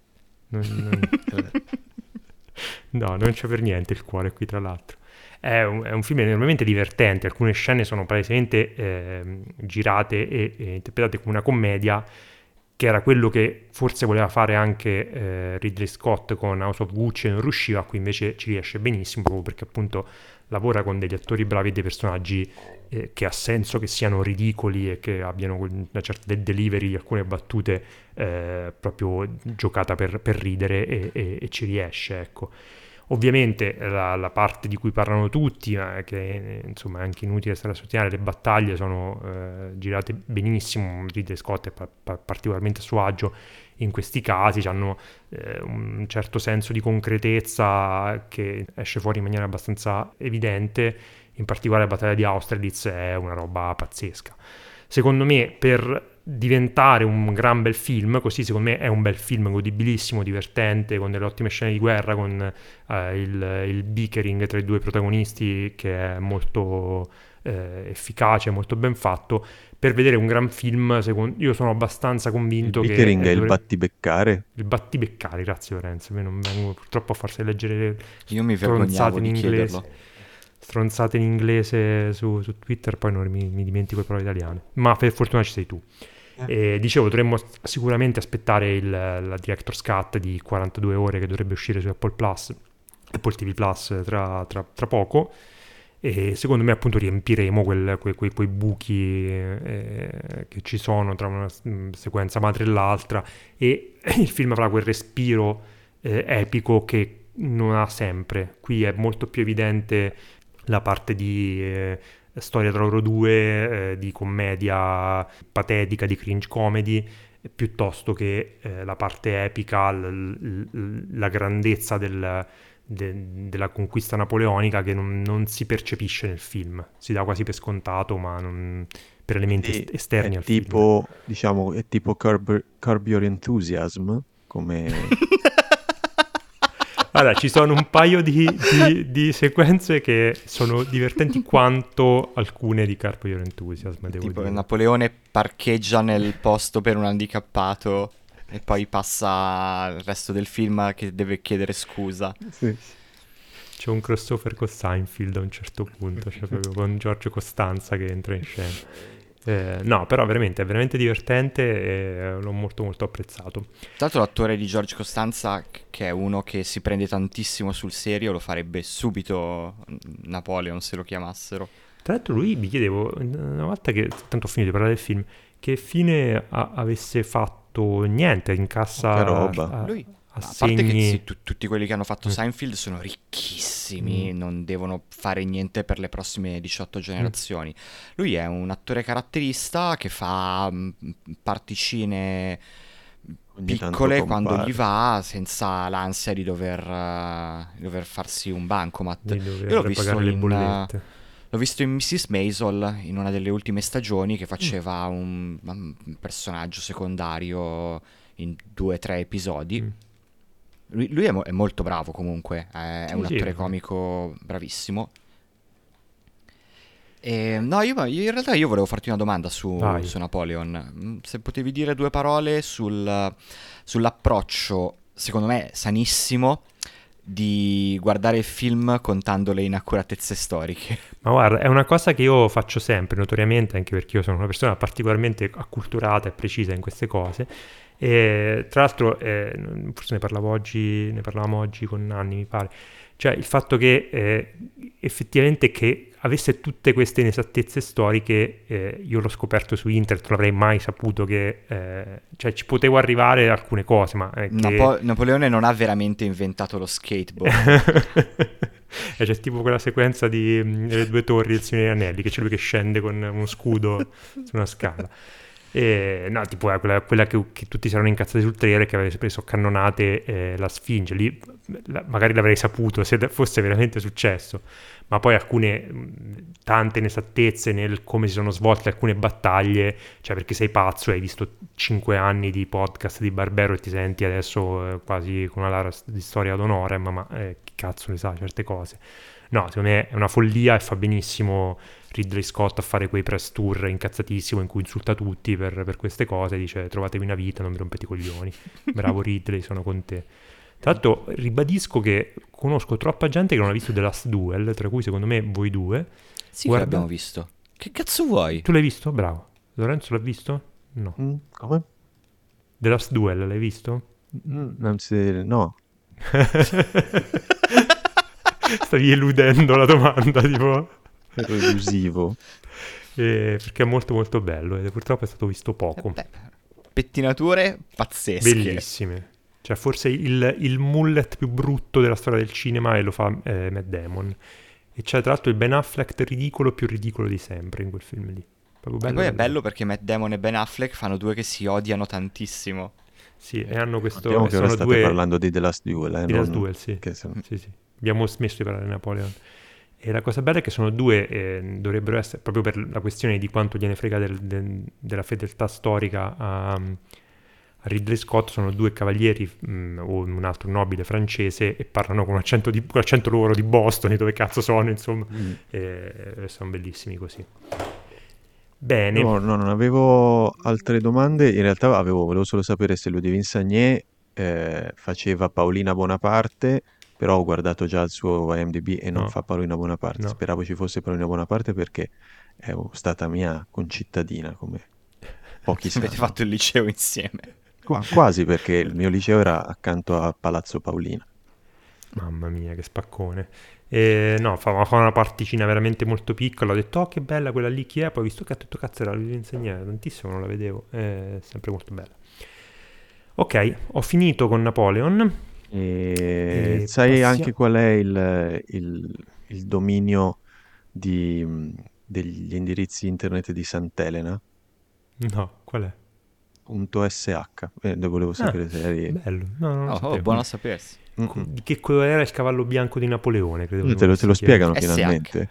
No, non c'è per niente il cuore qui, tra l'altro. È un film enormemente divertente, alcune scene sono palesemente girate e interpretate come una commedia, che era quello che forse voleva fare anche Ridley Scott con House of Gucci e non riusciva. Qui invece ci riesce benissimo, proprio perché appunto lavora con degli attori bravi e dei personaggi che ha senso che siano ridicoli e che abbiano una certa delivery di alcune battute proprio giocata per ridere e ci riesce, ecco. Ovviamente la parte di cui parlano tutti, che insomma è anche inutile stare a sottolineare, le battaglie sono girate benissimo. Ridley Scott è particolarmente a suo agio in questi casi, hanno un certo senso di concretezza che esce fuori in maniera abbastanza evidente. In particolare la battaglia di Austerlitz è una roba pazzesca. Secondo me, per diventare un gran bel film, così secondo me è un bel film godibilissimo, divertente, con delle ottime scene di guerra, con il bickering tra i due protagonisti che è molto efficace, molto ben fatto. Per vedere un gran film, io sono abbastanza convinto Il che... Pickering è il battibeccare. Il battibeccari, grazie Lorenzo. Io non vengo purtroppo a farsi leggere Io mi stronzate vergognavo in di inglese. chiederlo. Stronzate in inglese su Twitter, poi non mi dimentico le parole italiane. Ma per fortuna ci sei tu. E dicevo, dovremmo sicuramente aspettare la Director's Cut di 42 ore che dovrebbe uscire su Apple TV Plus tra poco. E secondo me appunto riempiremo quei buchi che ci sono tra una sequenza madre e l'altra, e il film avrà quel respiro epico che non ha sempre. Qui è molto più evidente la parte di storia tra loro due, di commedia patetica, di cringe comedy, piuttosto che la parte epica, la grandezza della conquista napoleonica che non si percepisce nel film, si dà quasi per scontato, ma per elementi esterni al film. Diciamo, è tipo Curb Your Enthusiasm, come... Allora, ci sono un paio di sequenze che sono divertenti quanto alcune di Curb Your Enthusiasm, devo Tipo dire. Napoleone parcheggia nel posto per un handicappato e poi passa il resto del film che deve chiedere scusa. Sì. C'è un crossover con Seinfeld a un certo punto, cioè proprio con Giorgio Costanza che entra in scena. No, però è veramente divertente e l'ho molto molto apprezzato. Tra l'altro l'attore di George Costanza, che è uno che si prende tantissimo sul serio, lo farebbe subito Napoleon se lo chiamassero. Tra l'altro lui, mi chiedevo, una volta che, tanto ho finito di parlare del film, che fine avesse fatto. Niente, incassa Che roba. Lui, a assegni. parte che sì, tutti quelli che hanno fatto Seinfeld sono ricchissimi, non devono fare niente per le prossime 18 generazioni. Lui è un attore caratterista che fa particine Ogni tanto piccole quando compare. gli va, senza l'ansia di dover farsi un bancomat. Di Io l'ho dover visto pagare le in... bollette. L'ho visto in Mrs. Maisel, in una delle ultime stagioni, che faceva un personaggio secondario in 2 o 3 episodi. Lui è molto bravo comunque, è Sì, un sì. attore comico bravissimo. No, in realtà io volevo farti una domanda su Vai. Napoleon. Se potevi dire 2 parole sull'approccio, secondo me sanissimo, di guardare il film contando le inaccuratezze storiche. Ma guarda, è una cosa che io faccio sempre, notoriamente, anche perché io sono una persona particolarmente acculturata e precisa in queste cose. E tra l'altro, forse ne parlavamo oggi con Nanni, mi pare. Cioè il fatto che effettivamente che avesse tutte queste inesattezze storiche, io l'ho scoperto su internet, non avrei mai saputo che... cioè ci potevo arrivare a alcune cose, ma... Napoleone non ha veramente inventato lo skateboard. C'è tipo quella sequenza di Le due torri del Signore degli Anelli, che c'è lui che scende con uno scudo su una scala. No, tipo quella che tutti si erano incazzati sul trailer, che aveva preso cannonate la Sfinge. Lì magari l'avrei saputo se fosse veramente successo, ma poi tante inesattezze nel come si sono svolte alcune battaglie, cioè perché sei pazzo e hai visto 5 anni di podcast di Barbero e ti senti adesso quasi con una lara di storia d'onore, ma chi cazzo ne sa certe cose. No, secondo me è una follia e fa benissimo Ridley Scott a fare quei press tour incazzatissimo in cui insulta tutti per queste cose, dice trovatevi una vita, non mi rompete i coglioni. Bravo Ridley, sono con te. Tra l'altro ribadisco che conosco troppa gente che non ha visto The Last Duel, tra cui secondo me voi due. Sì, che l'abbiamo visto. Che cazzo vuoi? Tu l'hai visto? Bravo. Lorenzo l'ha visto? No. Come? The Last Duel l'hai visto? No. Stavi eludendo la domanda, tipo... Ero elusivo. Perché è molto molto bello ed purtroppo è stato visto poco. Pettinature pazzesche. Bellissime. Cioè forse il mullet più brutto della storia del cinema, e lo fa Matt Damon. E c'è tra l'altro il Ben Affleck ridicolo più ridicolo di sempre in quel film lì. Proprio bello, E poi è bello perché Matt Damon e Ben Affleck fanno due che si odiano tantissimo. Sì, e hanno questo... Sappiamo che ora sono state due... parlando di The Last Duel. The Last Duel, sì. Sì. Abbiamo smesso di parlare di Napoleon. E la cosa bella è che sono due, dovrebbero essere, proprio per la questione di quanto gliene frega della fedeltà storica a Ridley Scott sono due cavalieri o un altro nobile francese e parlano con con l'accento loro di Boston, di dove cazzo sono, insomma, e sono bellissimi così. Bene. No, non avevo altre domande, in realtà volevo solo sapere se Ludivine Sagné faceva Paolina Bonaparte, però ho guardato già il suo IMDb e non No. fa Paolina Bonaparte. No. Speravo ci fosse Paolina Bonaparte perché è stata mia concittadina come pochi sanno. Avete fatto il liceo insieme. Quasi, perché il mio liceo era accanto a Palazzo Paolina. Mamma mia, che spaccone. No, fa una particina veramente molto piccola. Ho detto, oh, che bella quella lì, chi è? Poi ho visto che ha detto, cazzo, era lui di insegnare, tantissimo, non la vedevo. È sempre molto bella. Ok, ho finito con Napoleon. E sai anche qual è il dominio degli indirizzi internet di Sant'Elena? No, qual è? .sh. Volevo sapere se eri... Bello, no, non lo sapevo. Buono a sapersi. Di che colore era il cavallo bianco di Napoleone, credo. Te lo spiegano SH. finalmente.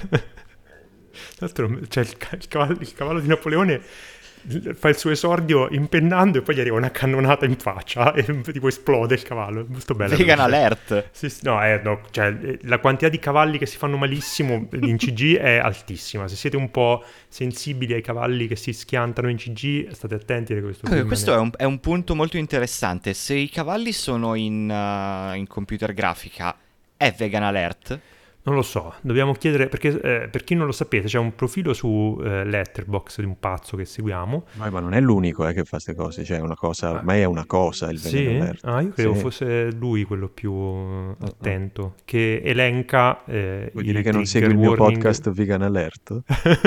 Tra l'altro, cioè, il cavallo di Napoleone fa il suo esordio impennando e poi gli arriva una cannonata in faccia e tipo esplode il cavallo. È molto bello. Vegan alert. Sì, no, cioè, la quantità di cavalli che si fanno malissimo in CG è altissima. Se siete un po' sensibili ai cavalli che si schiantano in CG, state attenti a questo film. Questo è un punto molto interessante. Se i cavalli sono in computer grafica, è vegan alert? Non lo so, dobbiamo chiedere, perché per chi non lo sapete c'è un profilo su Letterboxd di un pazzo che seguiamo. Ma non è l'unico che fa queste cose, cioè è una cosa, ormai è una cosa il Sì? vegan alert. Io credevo Sì. fosse lui quello più attento, che elenca Vuoi i dire che non trigger segui il mio warning. podcast Vegan Alert?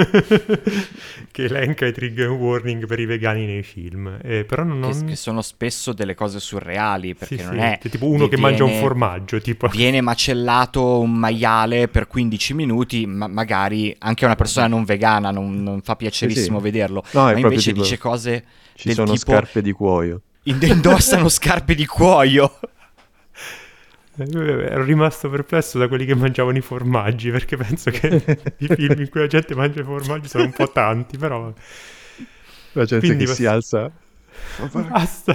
Che elenca i trigger warning per i vegani nei film. Però non... Che sono spesso delle cose surreali, perché Sì, non sì. è... C'è tipo uno che mangia un formaggio, tipo... Viene macellato un maiale per 15 minuti, magari anche a una persona non vegana non fa piacerissimo Sì. vederlo, No, è ma proprio invece tipo, dice cose ci del sono tipo scarpe di cuoio. indossano scarpe di cuoio. Ero rimasto perplesso da quelli che mangiavano i formaggi, perché penso che i film in cui la gente mangia i formaggi sono un po' tanti, però... La gente Quindi che si alza. Basta!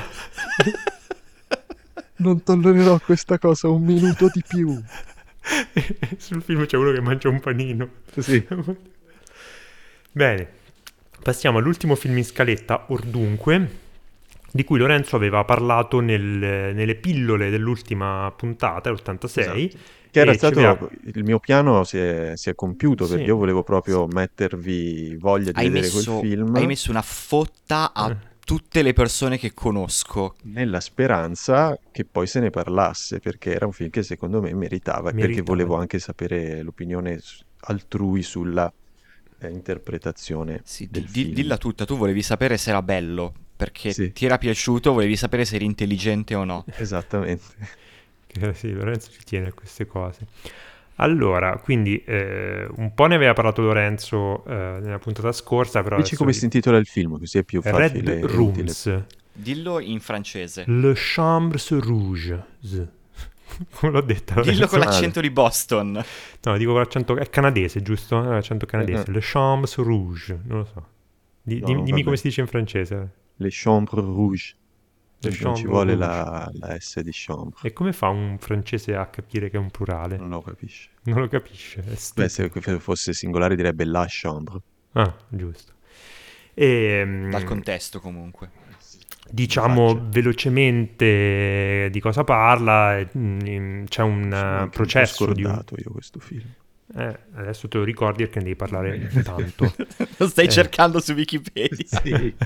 Non tollererò questa cosa un minuto di più. Sul film c'è uno che mangia un panino. Sì. Bene, passiamo all'ultimo film in scaletta, Ordunque, di cui Lorenzo aveva parlato nelle pillole dell'ultima puntata, l'86. Esatto. Che era stato il mio piano si è compiuto, perché Sì. io volevo proprio mettervi voglia di vedere quel film. Hai messo una fotta a tutte le persone che conosco, nella speranza che poi se ne parlasse, perché era un film che secondo me meritava, perché volevo anche sapere l'opinione altrui sulla interpretazione del film. Dilla tutta, tu volevi sapere se era bello, perché Sì. ti era piaciuto, volevi sapere se eri intelligente o no. Esattamente. Sì, Lorenzo ci tiene a queste cose. Allora, quindi un po' ne aveva parlato Lorenzo nella puntata scorsa, però Dici come si intitola il film, così è più facile Red e Rooms, utile. Dillo in francese. Le Chambres Rouges. Come l'ho detto? Dillo con l'accento di Boston. No, dico con l'accento... È canadese, giusto? È l'accento canadese. Le Chambres Rouges, non lo so. Dimmi come si dice in francese. Les Chambres Rouges. Les Non ci Chambres vuole Rouges. la S di chambre. E come fa un francese a capire che è un plurale? Non lo capisce. Non lo capisce. È Beh, stupido. se fosse singolare direbbe la chambre. Ah, giusto. Dal contesto comunque. Diciamo Faccia. velocemente di cosa parla. C'è un Sono processo di un... scordato io questo film. Adesso te lo ricordi perché ne devi parlare tanto. Lo stai cercando su Wikipedia. Sì.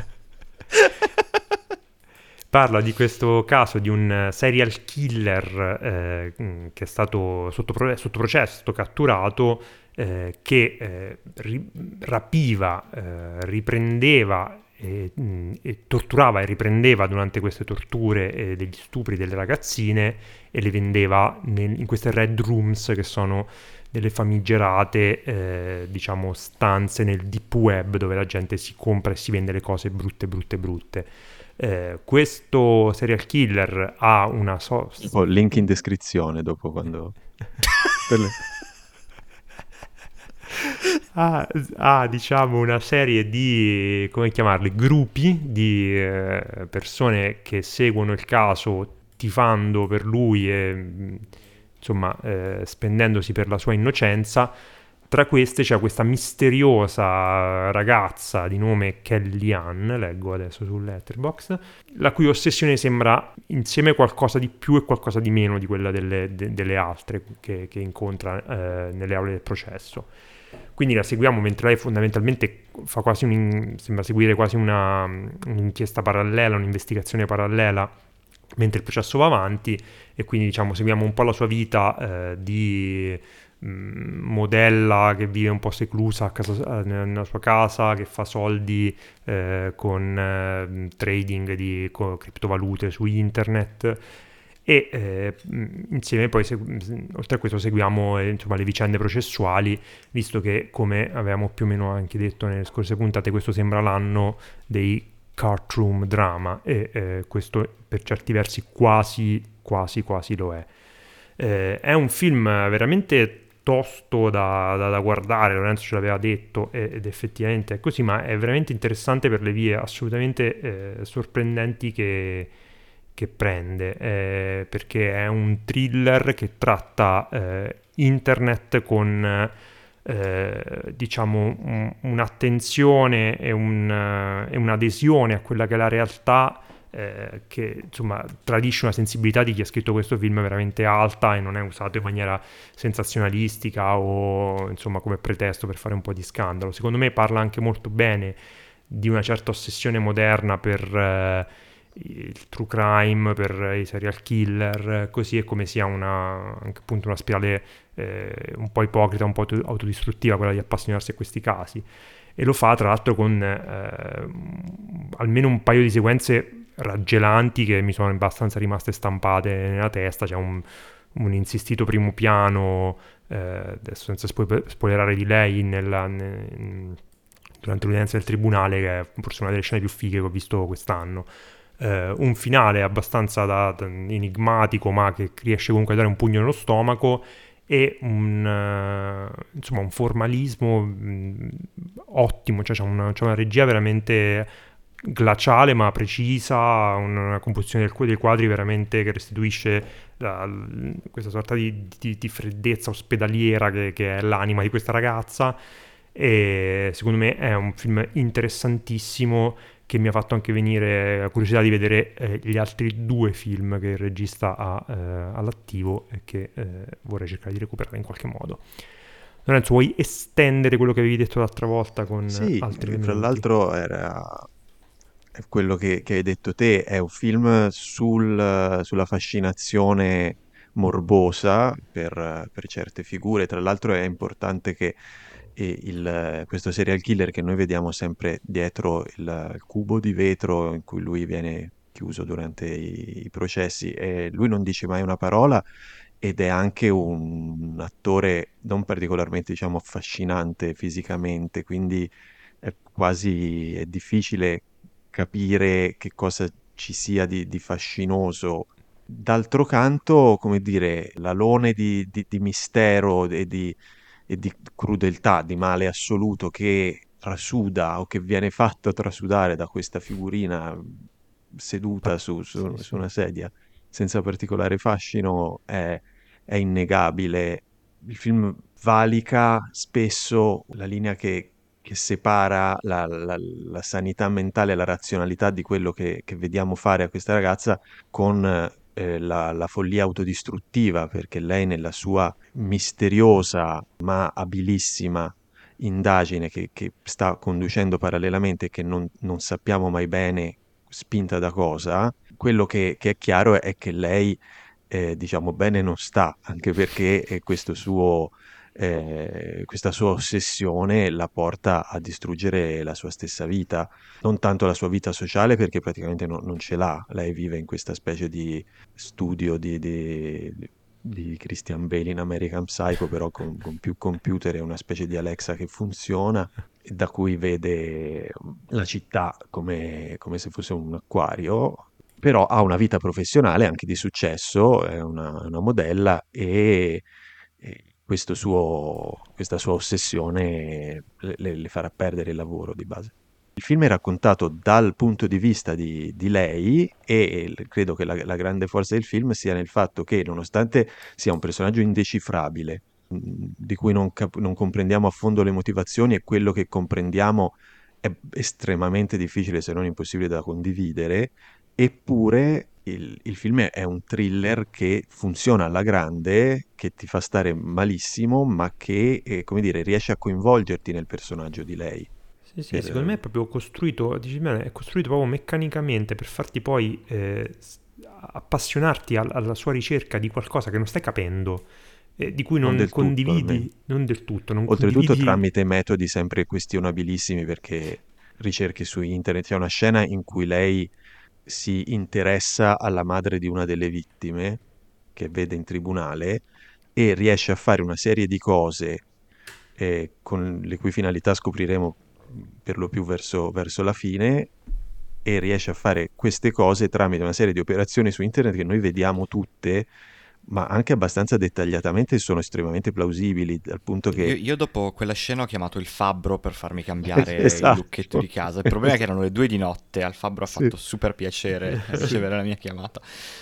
Parla di questo caso di un serial killer che è stato sotto processo, stato catturato, che rapiva, riprendeva e torturava e riprendeva durante queste torture degli stupri delle ragazzine e le vendeva in queste red rooms, che sono delle famigerate diciamo stanze nel deep web dove la gente si compra e si vende le cose brutte. Questo serial killer ha una Ho il link in descrizione dopo quando... diciamo una serie di, come chiamarli, gruppi di persone che seguono il caso tifando per lui e insomma spendendosi per la sua innocenza. Tra queste c'è questa misteriosa ragazza di nome Kellyanne, leggo adesso su Letterboxd, la cui ossessione sembra insieme qualcosa di più e qualcosa di meno di quella delle altre che incontra nelle aule del processo. Quindi la seguiamo mentre lei fondamentalmente fa quasi sembra seguire quasi un'inchiesta parallela, un'investigazione parallela mentre il processo va avanti, e quindi diciamo seguiamo un po' la sua vita di modella che vive un po' seclusa nella sua casa, che fa soldi con trading di criptovalute su internet, e insieme poi oltre a questo seguiamo insomma le vicende processuali, visto che, come avevamo più o meno anche detto nelle scorse puntate, questo sembra l'anno dei courtroom drama, e questo per certi versi quasi lo è. È un film veramente tosto da guardare, Lorenzo ce l'aveva detto, ed effettivamente è così, ma è veramente interessante per le vie assolutamente sorprendenti che prende, perché è un thriller che tratta internet con diciamo un'attenzione e un'adesione a quella che è la realtà, che insomma tradisce una sensibilità di chi ha scritto questo film veramente alta, e non è usato in maniera sensazionalistica o insomma come pretesto per fare un po' di scandalo. Secondo me parla anche molto bene di una certa ossessione moderna per il true crime, per i serial killer, così, è come sia anche appunto una spirale un po' ipocrita, un po' autodistruttiva, quella di appassionarsi a questi casi. E lo fa tra l'altro con almeno un paio di sequenze raggelanti che mi sono abbastanza rimaste stampate nella testa. C'è un insistito primo piano, adesso senza spoilerare di lei, durante l'udienza del tribunale, che è forse una delle scene più fighe che ho visto quest'anno. Un finale abbastanza enigmatico, ma che riesce comunque a dare un pugno nello stomaco, e insomma un formalismo ottimo, cioè c'è una regia veramente glaciale ma precisa, una composizione dei quadri veramente che restituisce questa sorta di freddezza ospedaliera che è l'anima di questa ragazza. E secondo me è un film interessantissimo, che mi ha fatto anche venire la curiosità di vedere gli altri due film che il regista ha all'attivo, e che vorrei cercare di recuperare in qualche modo. Lorenzo, vuoi estendere quello che avevi detto l'altra volta con Sì, altri fra elementi? l'altro è quello che hai detto te, è un film sulla fascinazione morbosa per certe figure. Tra l'altro è importante che questo serial killer che noi vediamo sempre dietro il cubo di vetro in cui lui viene chiuso durante i processi, e lui non dice mai una parola, ed è anche un attore non particolarmente, diciamo, affascinante fisicamente, quindi è difficile capire che cosa ci sia di fascinoso. D'altro canto, come dire, l'alone di mistero e di crudeltà, di male assoluto che trasuda o che viene fatto trasudare da questa figurina seduta Sì, su sì. una sedia senza particolare fascino è innegabile. Il film valica spesso la linea che separa la sanità mentale e la razionalità di quello che vediamo fare a questa ragazza con la follia autodistruttiva, perché lei nella sua misteriosa ma abilissima indagine che sta conducendo parallelamente e che non sappiamo mai bene spinta da cosa, quello che è chiaro è che lei, diciamo, bene non sta, anche perché questa sua ossessione la porta a distruggere la sua stessa vita, non tanto la sua vita sociale perché praticamente non ce l'ha, lei vive in questa specie di studio di Christian Bale in American Psycho, però con più computer e una specie di Alexa che funziona, e da cui vede la città come se fosse un acquario, però ha una vita professionale anche di successo, è una modella, e questa sua ossessione le farà perdere il lavoro di base. Il film è raccontato dal punto di vista di lei e credo che la grande forza del film sia nel fatto che, nonostante sia un personaggio indecifrabile, di cui non comprendiamo a fondo le motivazioni e quello che comprendiamo è estremamente difficile se non impossibile da condividere, eppure il film è un thriller che funziona alla grande, che ti fa stare malissimo, ma che, come dire, riesce a coinvolgerti nel personaggio di lei. Sì, sì, secondo me Per- è proprio costruito, dici bene, è costruito proprio meccanicamente per farti poi appassionarti alla sua ricerca di qualcosa che non stai capendo, di cui Non non del tutto, almeno. condividi, non del tutto, non Oltretutto condividi. tramite metodi sempre questionabilissimi perché ricerche su internet. C'è una scena in cui lei si interessa alla madre di una delle vittime che vede in tribunale e riesce a fare una serie di cose con le cui finalità scopriremo per lo più verso la fine e riesce a fare queste cose tramite una serie di operazioni su internet che noi vediamo tutte, ma anche abbastanza dettagliatamente e sono estremamente plausibili, dal punto Io, che... io dopo quella scena ho chiamato il fabbro per farmi cambiare il lucchetto Esatto. di casa. Il problema è che erano le 2 di notte, al fabbro ha Sì, fatto super piacere sì. ricevere la mia chiamata.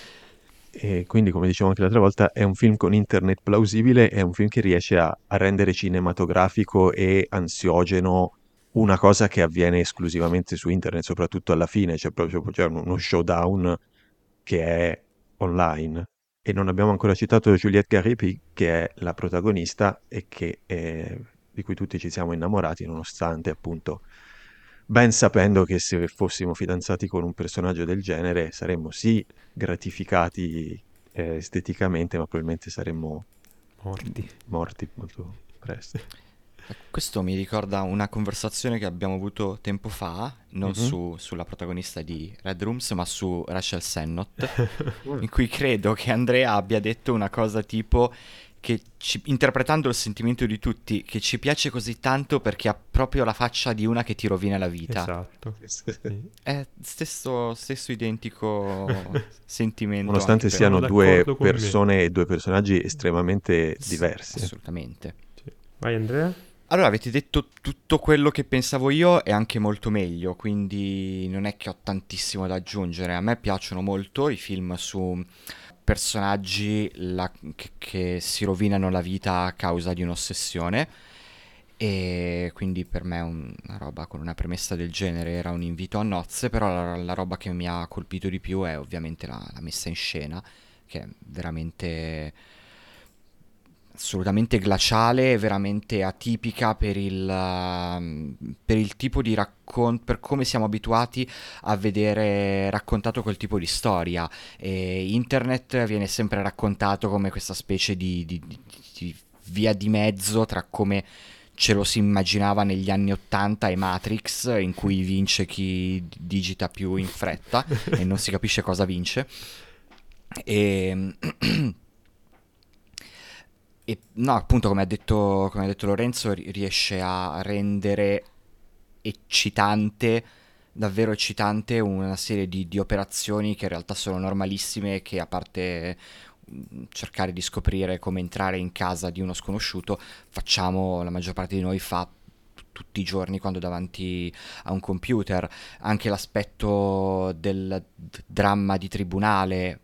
E quindi, come dicevo anche l'altra volta, è un film con internet plausibile, è un film che riesce a rendere cinematografico e ansiogeno una cosa che avviene esclusivamente su internet, soprattutto alla fine, c'è proprio c'è uno showdown che è online. E non abbiamo ancora citato Juliette Garipi, che è la protagonista e di cui tutti ci siamo innamorati, nonostante appunto ben sapendo che se fossimo fidanzati con un personaggio del genere saremmo sì gratificati esteticamente, ma probabilmente saremmo Morti. morti molto presto. Questo mi ricorda una conversazione che abbiamo avuto tempo fa, non Mhm. sulla protagonista di Red Rooms, ma su Rachel Sennott, in cui credo che Andrea abbia detto una cosa tipo che interpretando il sentimento di tutti, che ci piace così tanto perché ha proprio la faccia di una che ti rovina la vita. Esatto. Sì. È stesso identico sentimento anche Nonostante per Sono siano me. due d'accordo con me. persone e due personaggi estremamente diversi. Assolutamente. Sì. Vai Andrea? Allora, avete detto tutto quello che pensavo io e anche molto meglio, quindi non è che ho tantissimo da aggiungere. A me piacciono molto i film su personaggi che si rovinano la vita a causa di un'ossessione e quindi per me una roba con una premessa del genere era un invito a nozze, però la roba che mi ha colpito di più è ovviamente la messa in scena, che è veramente assolutamente glaciale e veramente atipica per il tipo di racconto, per come siamo abituati a vedere raccontato quel tipo di storia. E internet viene sempre raccontato come questa specie di via di mezzo tra come ce lo si immaginava negli anni 80 e Matrix, in cui vince chi digita più in fretta e non si capisce cosa vince. E E no, appunto, come ha detto Lorenzo, riesce a rendere eccitante, davvero eccitante, una serie di operazioni che in realtà sono normalissime e che a parte cercare di scoprire come entrare in casa di uno sconosciuto, facciamo, la maggior parte di noi fa tutti i giorni quando davanti a un computer. Anche l'aspetto del dramma di tribunale.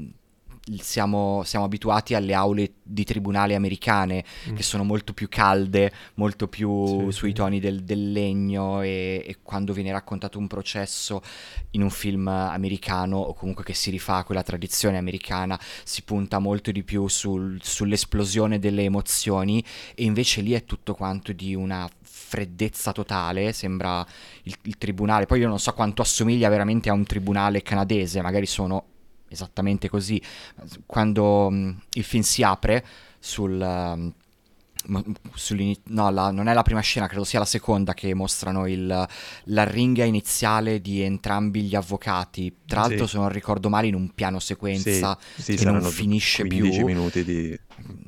Siamo abituati alle aule di tribunale americane Mm. che sono molto più calde, molto più Sì, sui sì. toni del legno e quando viene raccontato un processo in un film americano o comunque che si rifà a quella tradizione americana si punta molto di più sull'esplosione delle emozioni e invece lì è tutto quanto di una freddezza totale, sembra il tribunale, poi io non so quanto assomiglia veramente a un tribunale canadese, magari sono esattamente così. Quando il film si apre sul... no, non è la prima scena, credo sia la seconda che mostrano l'arringa iniziale di entrambi gli avvocati. Tra l'altro, Sì, se non ricordo male, in un piano sì, sequenza sì, che non saranno finisce 15 più. minuti di...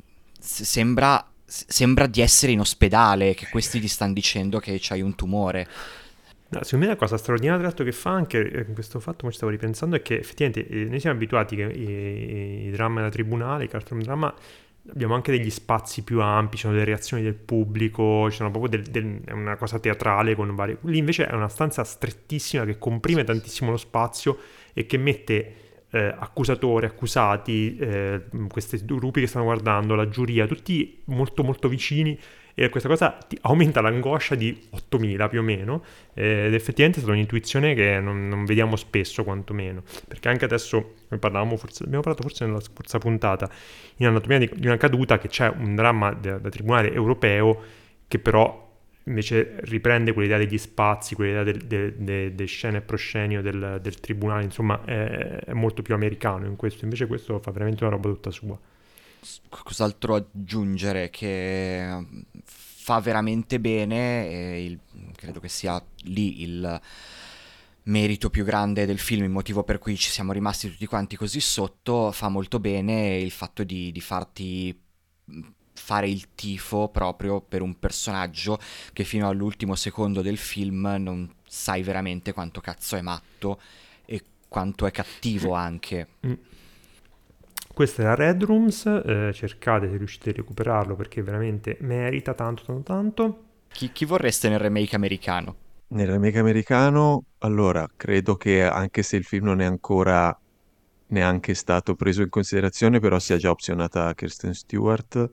Sembra di essere in ospedale, che questi ti stanno dicendo che c'hai un tumore. No, secondo me la cosa straordinaria tra l'altro che fa anche in questo fatto, come ci stavo ripensando, è che effettivamente noi siamo abituati che i dramma da tribunale, i cartoon drama, abbiamo anche degli spazi più ampi, ci sono delle reazioni del pubblico, ci sono proprio è una cosa teatrale con vari... Lì invece è una stanza strettissima che comprime tantissimo lo spazio e che mette accusatori, accusati, questi gruppi che stanno guardando, la giuria, tutti molto molto vicini, e questa cosa aumenta l'angoscia di 8000 più o meno, ed effettivamente è stata un'intuizione che non vediamo spesso, quantomeno, perché anche adesso abbiamo parlato forse nella scorsa puntata in Anatomia di una caduta, che c'è un dramma da tribunale europeo che però invece riprende quell'idea degli spazi, quell'idea delle scene e proscenio del tribunale, insomma è molto più americano in questo, invece questo fa veramente una roba tutta sua. Cos'altro aggiungere? Che fa veramente bene, e credo che sia lì il merito più grande del film, il motivo per cui ci siamo rimasti tutti quanti così sotto. Fa molto bene il fatto di farti fare il tifo proprio per un personaggio che fino all'ultimo secondo del film non sai veramente quanto cazzo è matto e quanto è cattivo anche. Questa era Red Rooms, cercate se riuscite a recuperarlo perché veramente merita tanto. Chi vorreste nel remake americano? Nel remake americano, allora, credo che anche se il film non è ancora neanche stato preso in considerazione, però sia già opzionata Kirsten Stewart,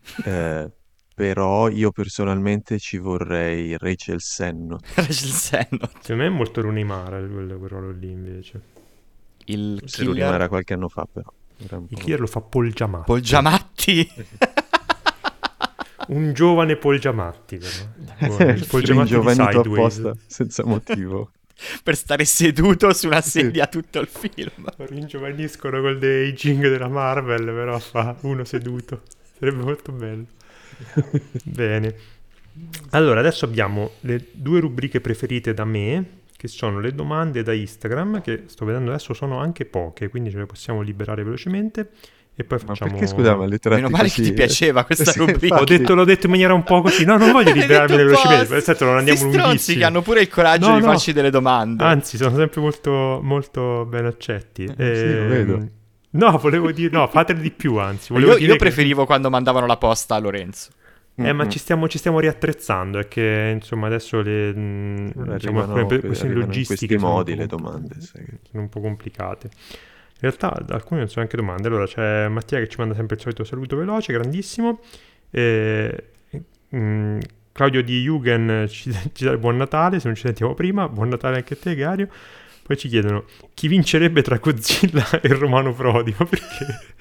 però io personalmente ci vorrei Rachel Sennott. Rachel Sennott. Secondo me è molto Rooney Mara quel ruolo lì invece. Il Se lo rimara qualche anno fa, però. Il killer lo fa Paul Giamatti. Paul Giamatti? Un giovane Paul Giamatti, però. Il Paul Giamatti di ringiovanito Sideways. apposta, senza motivo. Per stare seduto su una sedia tutto il film. Lo ringiovaniscono col aging della Marvel, però fa uno seduto. Sarebbe molto bello. Bene. Allora, adesso abbiamo le 2 rubriche preferite da me, che sono le domande da Instagram, che sto vedendo adesso sono anche poche, quindi ce le possiamo liberare velocemente. E poi facciamo... Ma perché, scusa, ma le tratti Meno male così, che ti piaceva questa sì, rubrica. infatti. L'ho detto in maniera un po' così. No, non voglio liberarmene velocemente, nel senso non andiamo lunghissimi. lunghissimi. Che hanno pure il coraggio di farci delle domande. Anzi, sono sempre molto, molto ben accetti. Sì, lo vedo. No, volevo dire... No, fatele di più, anzi. Io preferivo quando mandavano la posta a Lorenzo. Ma ci stiamo riattrezzando, è che insomma adesso diciamo, alcune questioni logistiche in questi modi le domande sono un po' complicate. In realtà alcune non sono anche domande. Allora c'è Mattia che ci manda sempre il solito saluto veloce, grandissimo. Claudio di Jugend ci dà il buon Natale, se non ci sentiamo prima. Buon Natale anche a te, Gario. Poi ci chiedono chi vincerebbe tra Godzilla e Romano Prodi, ma perché?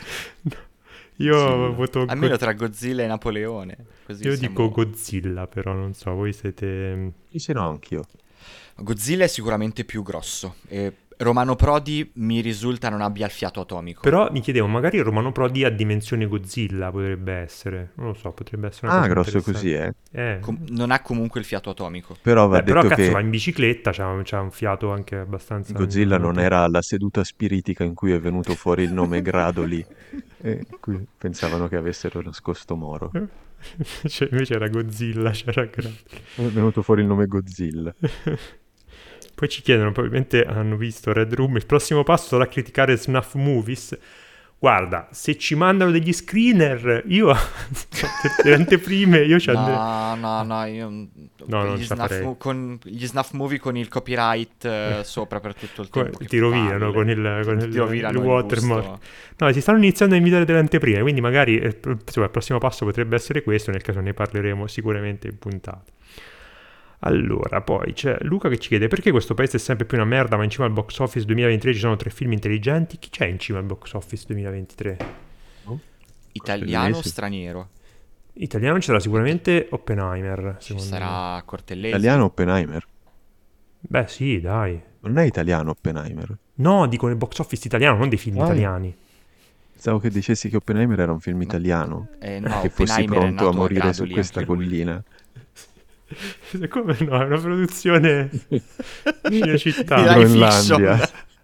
Io voto... Almeno tra Godzilla e Napoleone. Così io dico Godzilla, però non so, voi siete... Sì, se no anch'io. Godzilla è sicuramente più grosso e Romano Prodi mi risulta non abbia il fiato atomico. Però mi chiedevo, magari Romano Prodi a dimensione Godzilla potrebbe essere, non lo so, potrebbe essere una cosa grosso così, non ha comunque il fiato atomico. Però va detto cazzo, che va in bicicletta, c'ha un fiato anche abbastanza... Godzilla non era la seduta spiritica in cui è venuto fuori il nome Gradoli, in cui pensavano che avessero nascosto Moro. Invece era Godzilla, c'era Gradoli. È venuto fuori il nome Godzilla. Poi ci chiedono, probabilmente hanno visto Red Room, il prossimo passo sarà criticare Snuff Movies. Guarda, se ci mandano degli screener, io le anteprime, io ci No, io non ce la farei. Con gli snuff movie con il copyright sopra per tutto il tempo. Ti rovinano con il watermark. gusto. No, si stanno iniziando a invitare delle anteprime, quindi magari insomma, il prossimo passo potrebbe essere questo, nel caso ne parleremo sicuramente in puntata. Allora, poi c'è Luca che ci chiede perché questo paese è sempre più una merda, ma in cima al box office 2023 ci sono 3 film intelligenti. Chi c'è in cima al box office 2023? Italiano o straniero? Italiano ci sarà sicuramente Oppenheimer. Ci sarà Cortellesi. Italiano Oppenheimer? Beh sì, dai. Non è italiano Oppenheimer? No, dico nel box office italiano, non dei film italiani. Pensavo che dicessi che Oppenheimer era un film italiano. No, che fossi pronto a morire su questa collina. Come no? È una produzione Cinecittà. Groenlandia.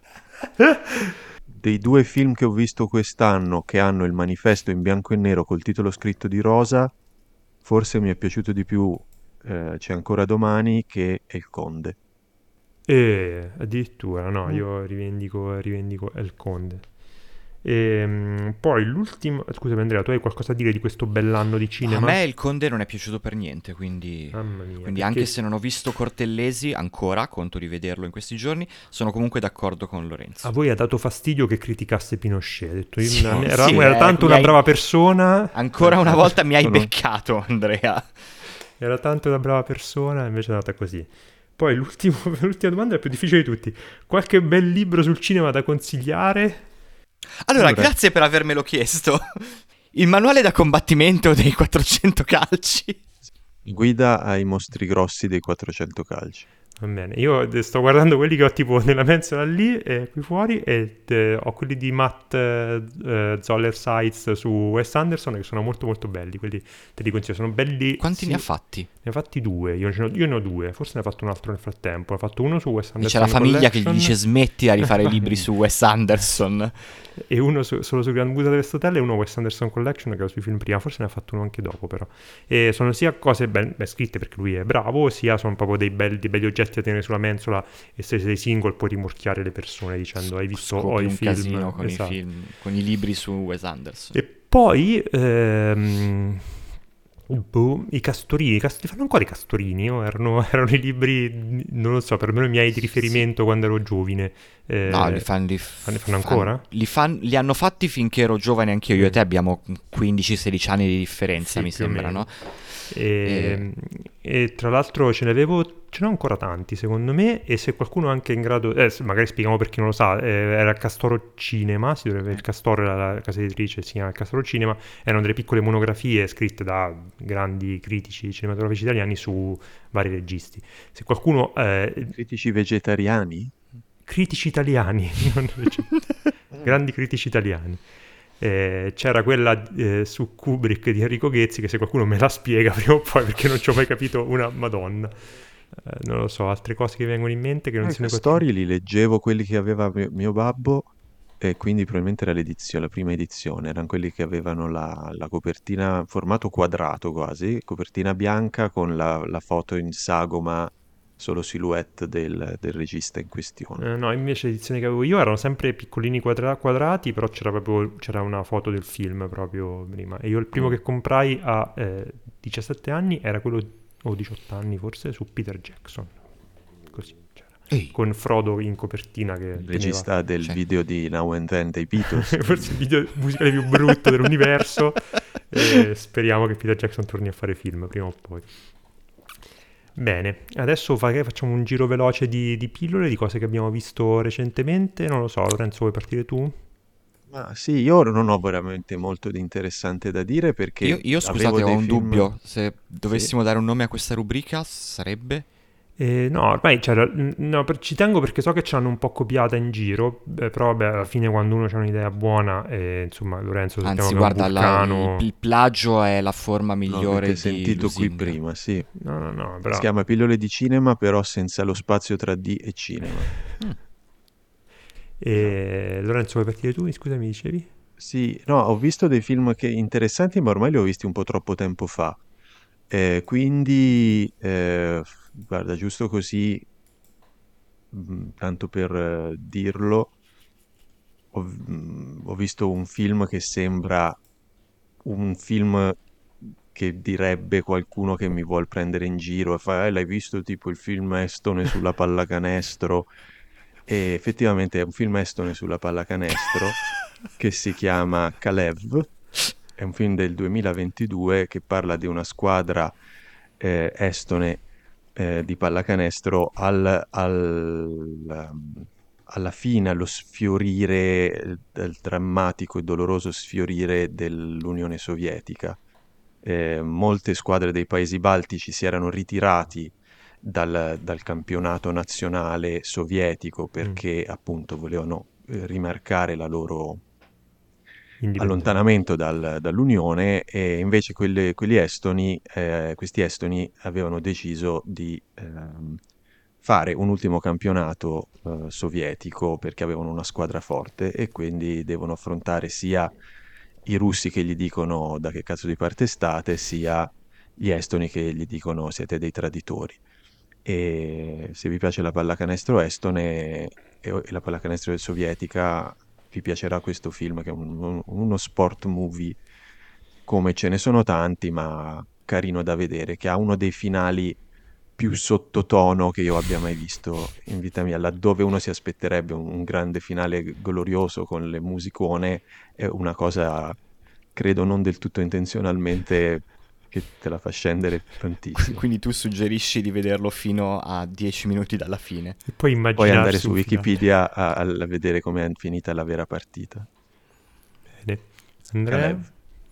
Dei 2 film che ho visto quest'anno che hanno il manifesto in bianco e nero col titolo scritto di rosa, forse mi è piaciuto di più C'è ancora domani che è Il Conde. Addirittura, no, io rivendico El Conde. Poi l'ultimo... Scusami Andrea, tu hai qualcosa da dire di questo bell'anno di A cinema? me Il Conde non è piaciuto per niente, quindi, Mamma mia, quindi anche perché se non ho visto Cortellesi ancora, conto di vederlo in questi giorni, sono comunque d'accordo con a Lorenzo. voi ha dato fastidio che criticasse Pinochet. Ha detto, Sì, era, sì, era tanto mi una hai... brava persona, Ancora una volta mi hai Sono- beccato, Andrea. era tanto una brava persona, invece è andata così. Poi l'ultima domanda è la più difficile di tutti. Qualche bel libro sul cinema da consigliare? Allora, Allora, grazie per avermelo chiesto. Il manuale da combattimento dei 400 calci. guida ai mostri grossi dei 400 calci. Va bene, io sto guardando quelli che ho tipo nella mensola lì e qui fuori e ho quelli di Matt Zoller Seitz su Wes Anderson che sono molto molto belli, quelli te li consiglio, sono belli, Quanti sì, ne ha ne fatti? ha fatti due, io ne ho due, forse ne ha fatto un altro nel frattempo, ha fatto uno su Wes E c'è la Anderson famiglia che gli Collection dice smetti di rifare libri su Wes Anderson. e uno solo su Grand Budapest Hotel e uno Wes Anderson Collection che era sui film prima, forse ne ha fatto uno anche dopo però. E sono sia cose ben scritte perché lui è bravo, sia sono proprio dei belli oggetti da tenere sulla mensola e se sei single puoi rimorchiare le persone dicendo hai visto ho Scopri i un film. casino con i Esatto. film, con i libri su Wes Anderson. E poi i castorini, ti fanno ancora i castorini? O erano i libri, non lo so, per me i miei di Sì. riferimento quando ero giovine. No, Fanno ancora? li hanno fatti finché ero giovane anch'io. Io e Mm. te abbiamo 15-16 anni di differenza, Sì, mi più o sembra, meno. no? E... E tra l'altro ce n'ho ancora tanti secondo me e se qualcuno è anche in grado, magari spieghiamo per chi non lo sa, era Castoro Cinema, il Castoro era la casa editrice, si chiama Castoro Cinema, erano delle piccole monografie scritte da grandi critici cinematografici italiani su vari registi. Se qualcuno, Critici vegetariani? critici italiani, non grandi critici italiani. C'era quella su Kubrick di Enrico Ghezzi che se qualcuno me la spiega prima o poi perché non ci ho mai capito una madonna. Non lo so, altre cose che vengono in mente che non I siano i castori li leggevo quelli che aveva mio babbo e quindi probabilmente era l'edizione, la prima edizione, erano quelli che avevano la copertina formato quadrato quasi, copertina bianca con la foto in sagoma, solo silhouette del regista in questione. No, invece le edizioni che avevo io erano sempre piccolini quadrati, però c'era una foto del film proprio prima. E io il primo Mm. che comprai a 17 anni era quello, o 18 anni forse, su Peter Jackson. Così c'era. Ehi, Con Frodo in copertina che Il teneva. regista del cioè... video di Now and Then dei Beatles. Forse il video musicale più brutto dell'universo. E speriamo che Peter Jackson torni a fare film prima o poi. Bene, adesso facciamo un giro veloce di pillole, di cose che abbiamo visto recentemente. Non lo so, Lorenzo, vuoi partire tu? Ma sì, io non ho veramente molto di interessante da dire perché Io, avevo scusate, ho dei un film... dubbio. Se Sì. dovessimo dare un nome a questa rubrica, sarebbe... No, ormai no, ci tengo perché so che ce l'hanno un po' copiata in giro, però vabbè, alla fine quando uno ha un'idea buona, insomma, Lorenzo sappiamo Anzi, che è un guarda, vulcano. il plagio è la forma No, migliore avete di sentito qui lusinga. prima, sì. No, no, no, Si però... chiama Pillole di cinema, però senza lo spazio tra D e cinema. Mm. Esatto. Lorenzo, vuoi partire tu? Scusa, mi dicevi? Sì, no, ho visto dei film che interessanti, ma ormai li ho visti un po' troppo tempo fa. Quindi, guarda, giusto così, tanto per dirlo, ho visto un film che sembra un film che direbbe qualcuno che mi vuol prendere in giro e fa, l'hai visto tipo il film estone sulla pallacanestro? E effettivamente è un film estone sulla pallacanestro che si chiama Kalev, è un film del 2022 che parla di una squadra estone di pallacanestro alla fine, allo sfiorire, del drammatico e doloroso sfiorire dell'Unione Sovietica. Molte squadre dei paesi baltici si erano ritirati dal campionato nazionale sovietico Mm, perché appunto volevano rimarcare la loro indipendente. allontanamento dall'Unione e invece questi estoni avevano deciso di fare un ultimo campionato sovietico perché avevano una squadra forte e quindi devono affrontare sia i russi che gli dicono da che cazzo di parte state, sia gli estoni che gli dicono siete dei traditori. E se vi piace la pallacanestro estone e la pallacanestro sovietica, vi piacerà questo film, che è uno sport movie come ce ne sono tanti, ma carino da vedere, che ha uno dei finali più sottotono che io abbia mai visto in vita mia, laddove uno si aspetterebbe un grande finale glorioso con le musicone, è una cosa, credo non del tutto intenzionalmente, che te la fa scendere tantissimo. Quindi tu suggerisci di vederlo fino a 10 minuti dalla fine. E poi Puoi andare immaginarsi su un finale. Wikipedia a vedere come è finita la vera partita. Bene. Andrea? Kalev.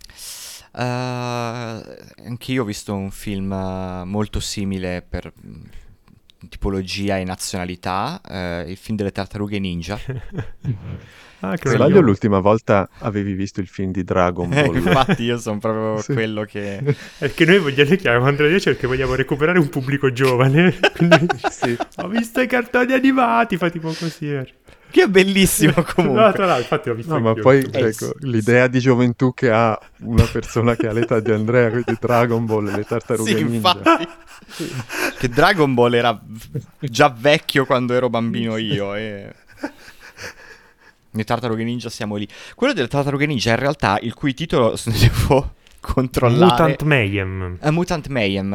Anch'io ho visto un film molto simile per tipologia e nazionalità, il film delle tartarughe ninja. Ah, che Se bello. sbaglio, l'ultima volta avevi visto il film di Dragon Ball. Infatti io sono proprio Sì. quello che... Perché noi vogliamo, chiamiamo Andrea 10 perché vogliamo recuperare un pubblico giovane. Quindi Sì. ho visto i cartoni animati, fa tipo così. Che è bellissimo No, comunque. tra l'altro, infatti l'ho visto No, ma anch'io. poi Eh, ecco, l'idea di gioventù che ha una persona che ha l'età di Andrea, quindi Dragon Ball e le tartarughe Sì, ninja. infatti. Che Dragon Ball era già vecchio quando ero bambino io e... Le tartarughe ninja siamo lì. Quello delle tartarughe ninja in realtà il cui titolo se ne devo controllare... Mutant Mayhem. Mutant Mayhem.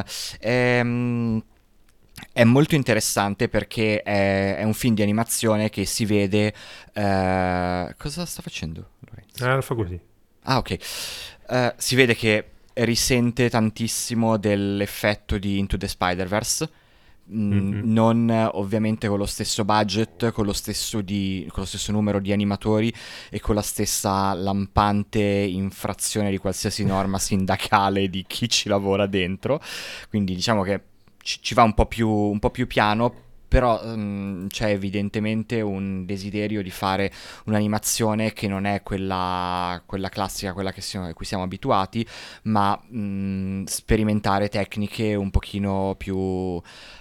È molto interessante perché è un film di animazione che si vede... cosa sta facendo Lorenzo? Lo fa così. Ah, ok. Si vede che risente tantissimo dell'effetto di Into the Spider-Verse. Non ovviamente con lo stesso budget, con lo stesso numero di animatori e con la stessa lampante infrazione di qualsiasi norma sindacale di chi ci lavora dentro. Quindi diciamo che ci va un po' più piano, però c'è evidentemente un desiderio di fare un'animazione che non è quella classica, quella a cui siamo abituati, ma sperimentare tecniche un pochino più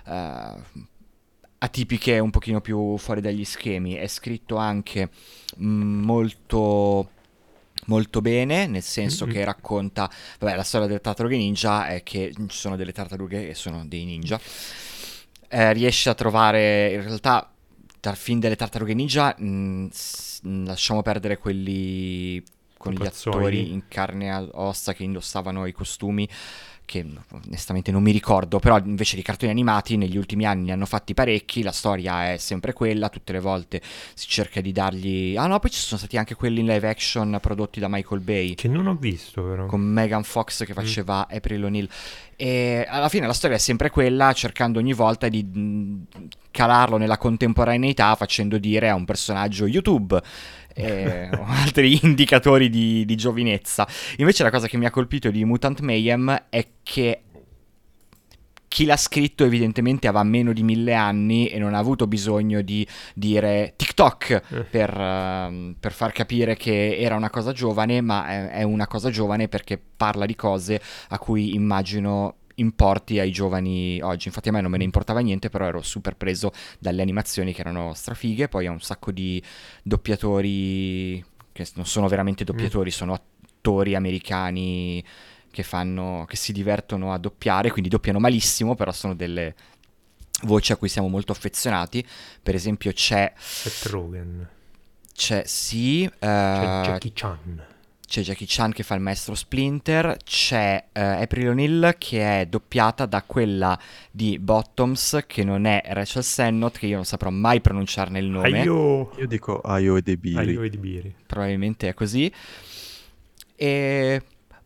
atipiche, un pochino più fuori dagli schemi. È scritto anche molto molto bene, nel senso che racconta, vabbè, la storia delle tartarughe ninja è che ci sono delle tartarughe e sono dei ninja. Riesce a trovare, in realtà, dal film delle tartarughe ninja, lasciamo perdere quelli con gli Pupazzoni. attori in carne e ossa che indossavano i costumi, che onestamente non mi ricordo, però invece di cartoni animati negli ultimi anni ne hanno fatti parecchi, la storia è sempre quella, tutte le volte si cerca di dargli... Ah no, poi ci sono stati anche quelli in live action prodotti da Michael Bay, Che non ho visto, però. con Megan Fox che faceva April O'Neil, e alla fine la storia è sempre quella, cercando ogni volta di calarlo nella contemporaneità, facendo dire a un personaggio YouTube o altri indicatori di giovinezza. Invece la cosa che mi ha colpito di Mutant Mayhem è che chi l'ha scritto evidentemente aveva meno di 1000 anni e non ha avuto bisogno di dire TikTok per far capire che era una cosa giovane, ma è una cosa giovane perché parla di cose a cui immagino importi ai giovani oggi. Infatti a me non me ne importava niente, però ero super preso dalle animazioni che erano strafighe. Poi ha un sacco di doppiatori che non sono veramente doppiatori, sono attori americani che si divertono a doppiare, quindi doppiano malissimo, però sono delle voci a cui siamo molto affezionati. Per esempio c'è Seth Rogen. c'è Jackie Chan. c'è Jackie Chan che fa il maestro Splinter, c'è April O'Neil che è doppiata da quella di Bottoms, che non è Rachel Sennott, che io non saprò mai pronunciarne il nome. Aio. Io dico Aio e De Biri. Aio e di Biri. Probabilmente è così. E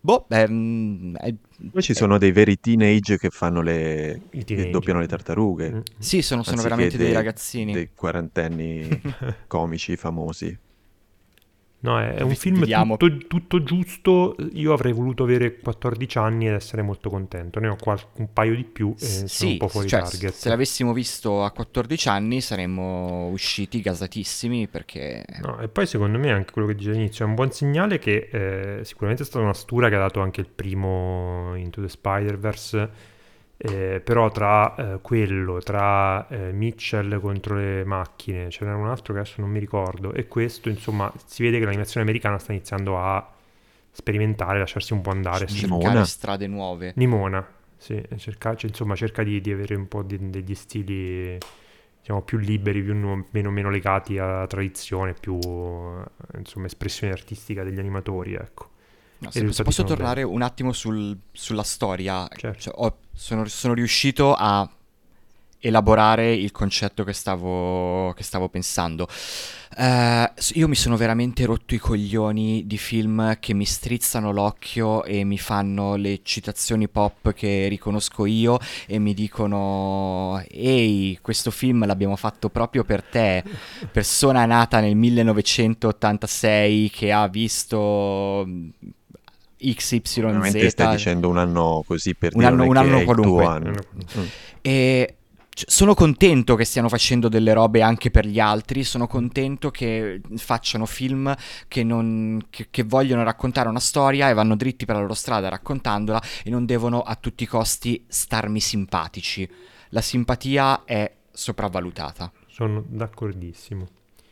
Poi ci sono dei veri teenage che fanno I che teenager. doppiano le tartarughe, sì, sono anziché veramente dei ragazzini. dei quarantenni comici famosi. No, è un film Vediamo. tutto giusto. Io avrei voluto avere 14 anni ed essere molto contento. Ne ho un paio di più e sono Sì, un po' fuori cioè, target. se l'avessimo visto a 14 anni saremmo usciti gasatissimi perché... No, e poi secondo me anche quello che dice all'inizio è un buon segnale che sicuramente è stata una stura che ha dato anche il primo Into the Spider-Verse, però tra Mitchell contro le macchine, c'era un altro che adesso non mi ricordo, e questo insomma si vede che l'animazione americana sta iniziando a sperimentare, lasciarsi un po' andare. Nimona. cercare strade nuove. Nimona, sì, cerca di avere un po' degli stili siamo più liberi, meno legati alla tradizione, più insomma espressione artistica degli animatori, ecco. No, I se risultati posso sono tornare belli. un attimo sulla storia, Certo. cioè, sono riuscito a elaborare il concetto che stavo pensando. Io mi sono veramente rotto i coglioni di film che mi strizzano l'occhio e mi fanno le citazioni pop che riconosco io e mi dicono: Ehi, questo film l'abbiamo fatto proprio per te, persona nata nel 1986 che ha visto Ovviamente stai XYZ, dicendo un anno così per un dire, non anno, è un che è anno il tuo qualunque. anno. Mm. E sono contento che stiano facendo delle robe anche per gli altri, sono contento che facciano film che vogliono raccontare una storia e vanno dritti per la loro strada raccontandola e non devono a tutti i costi starmi simpatici. La simpatia è sopravvalutata. Sono d'accordissimo.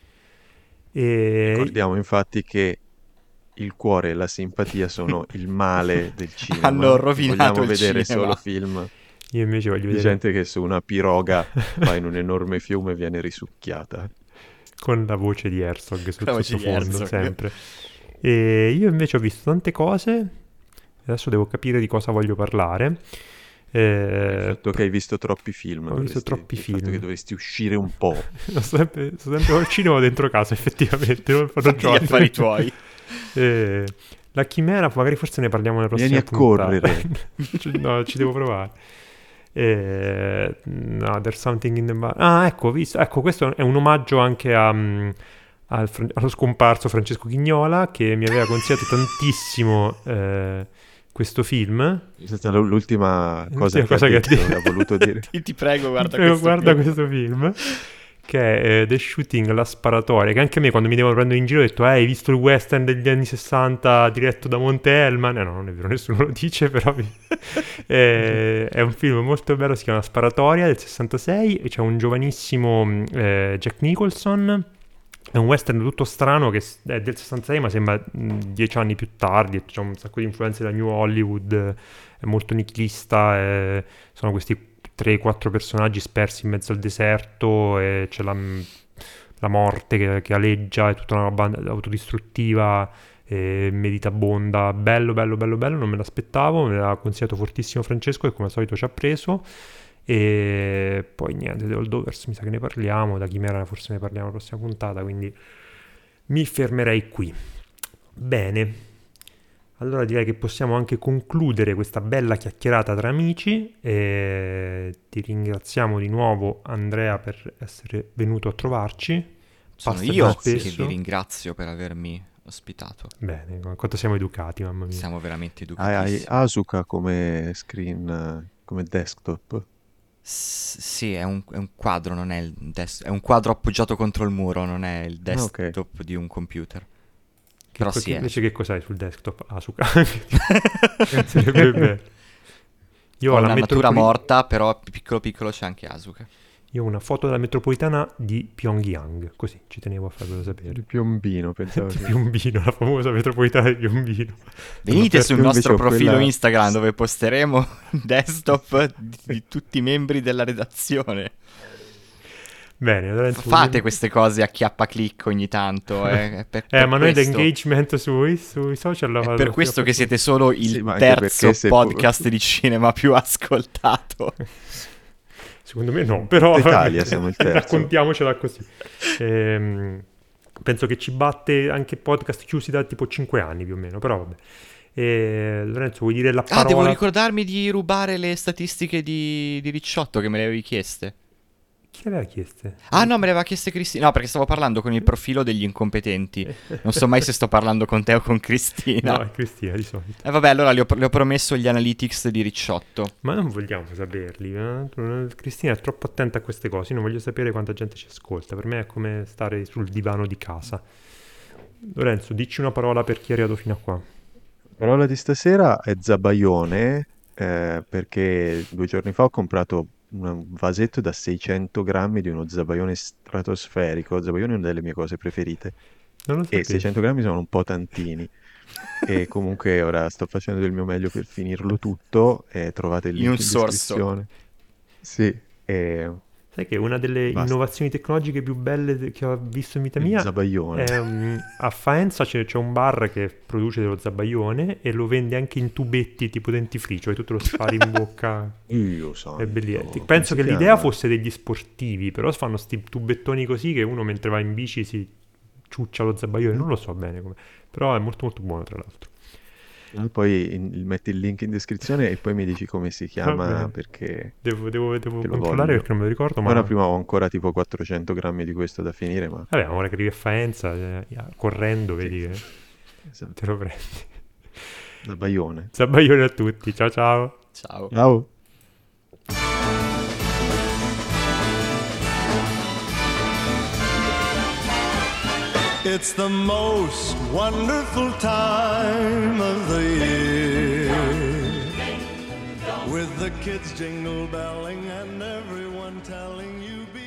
E Ricordiamo infatti che il cuore e la simpatia sono il male del Hanno cinema e rovinato vogliamo il vedere solo cinema. film io invece voglio di vedere gente che su una piroga va in un enorme fiume e viene risucchiata. con la voce di Herzog La voce di sottofondo, Herzog. sempre. E io invece ho visto tante cose, adesso devo capire di cosa voglio parlare. Il fatto che hai visto troppi film, Ho visto troppi il fatto che film. dovresti uscire un po'. Sono sempre al cinema dentro casa, effettivamente, non fanno Fatti gli giochi. affari tuoi. La chimera, magari forse ne parliamo nella Vieni prossima a correre. No, ci devo provare. No, There's Something in the Bar. Ah, ecco, ho visto. Ecco, questo è un omaggio anche allo scomparso Francesco Chignola, che mi aveva consigliato tantissimo questo film. È stata l'ultima cosa L'ultima che ha cosa che ha detto, detto. che ha voluto dire. Ti prego, guarda Prego, questo guarda film. questo film, che è The Shooting, la sparatoria, che anche a me quando mi devono prendere in giro ho detto hai visto il western degli anni 60 diretto da Monte Hellman? No, non è vero, nessuno lo dice, però è un film molto bello, si chiama Sparatoria del 66 e c'è un giovanissimo Jack Nicholson. È un western tutto strano che è del 66 ma sembra 10 anni più tardi, c'è un sacco di influenze da New Hollywood, è molto nichilista, sono questi 3-4 personaggi spersi in mezzo al deserto e c'è la morte che aleggia, è tutta una roba autodistruttiva, meditabonda, bello, non me l'aspettavo, me l'ha consigliato fortissimo Francesco e come al solito ci ha preso. E poi niente, The Holdovers mi sa che ne parliamo, da Chimera forse ne parliamo la prossima puntata, quindi mi fermerei qui. Bene, allora direi che possiamo anche concludere questa bella chiacchierata tra amici e ti ringraziamo di nuovo Andrea per essere venuto a trovarci. Sono Passa io più che spesso. vi ringrazio per avermi ospitato. Bene, quanto siamo educati, mamma mia. Siamo veramente Hai educatissimi. Asuka come screen, come desktop. Sì, è un quadro, non è è un quadro appoggiato contro il muro, non è il Ah, ok. desktop di un computer. Però sì, Invece che cos'hai sul desktop? Asuka. Sarebbe bello. Io ho ho la una natura metropoli- morta, però piccolo piccolo c'è anche Asuka. Io ho una foto della metropolitana di Pyongyang, così ci tenevo a farvelo sapere. Il piombino, pensavo Di che... Piombino, la famosa metropolitana di Piombino. Venite sul Io nostro invece ho profilo quella- Instagram dove posteremo desktop di tutti i membri della redazione. Bene, allora Fate queste cose a chiappa-click ogni tanto. Per ma noi questo, l'engagement sui social è per questo che siete solo il Sì, ma anche terzo perché se- podcast di cinema più ascoltato. Secondo me no, però Italia siamo il terzo. raccontiamocela così. Penso che ci batte anche podcast chiusi da tipo 5 anni più o meno, però vabbè. Lorenzo, vuoi dire la Ah, devo parola? ricordarmi di rubare le statistiche di Ricciotto che me le avevi chieste. Chi aveva chiesto? Ah no, me le aveva chieste Cristina. No, perché stavo parlando con il profilo degli incompetenti. Non so mai se sto parlando con te o con Cristina. No, è Cristina di solito. E vabbè, allora le ho promesso gli analytics di Ricciotto. Ma non vogliamo saperli, Cristina è troppo attenta a queste cose, io non voglio sapere quanta gente ci ascolta, per me è come stare sul divano di casa. Lorenzo, dici una parola per chi è arrivato fino a qua. La parola di stasera è zabaione, perché 2 giorni fa ho comprato un vasetto da 600 grammi di uno zabaione stratosferico. Zabaione è una delle mie cose preferite. Non lo E sapevo. 600 grammi sono un po' tantini. E comunque ora sto facendo del mio meglio per finirlo tutto e trovate il In link un in sorso. descrizione. Sì, e Sai che una delle Basta. innovazioni tecnologiche più belle che ho visto in vita Il mia zabaione. è a Faenza c'è un bar che produce dello zabaione e lo vende anche in tubetti tipo dentifricio e tu te lo spari in bocca. Io so. È bellissimo. come Penso si che l'idea chiama? fosse degli sportivi, però fanno sti tubettoni così che uno mentre va in bici si ciuccia lo zabaione, non lo so bene come, però è molto molto buono tra l'altro. Poi metti il link in descrizione e poi mi dici come si Va chiama bene. perché Devo che lo controllare voglio. perché non me lo ricordo, ma Ora prima ho ancora tipo 400 grammi di questo da finire, ma vabbè, ora che arrivi a Faenza, correndo, sì, vedi che esatto. te lo prendi. Zabaione. Zabaione a tutti, ciao ciao. Ciao. Ciao. It's the most wonderful time of the year, with the kids jingle belling and everyone telling you be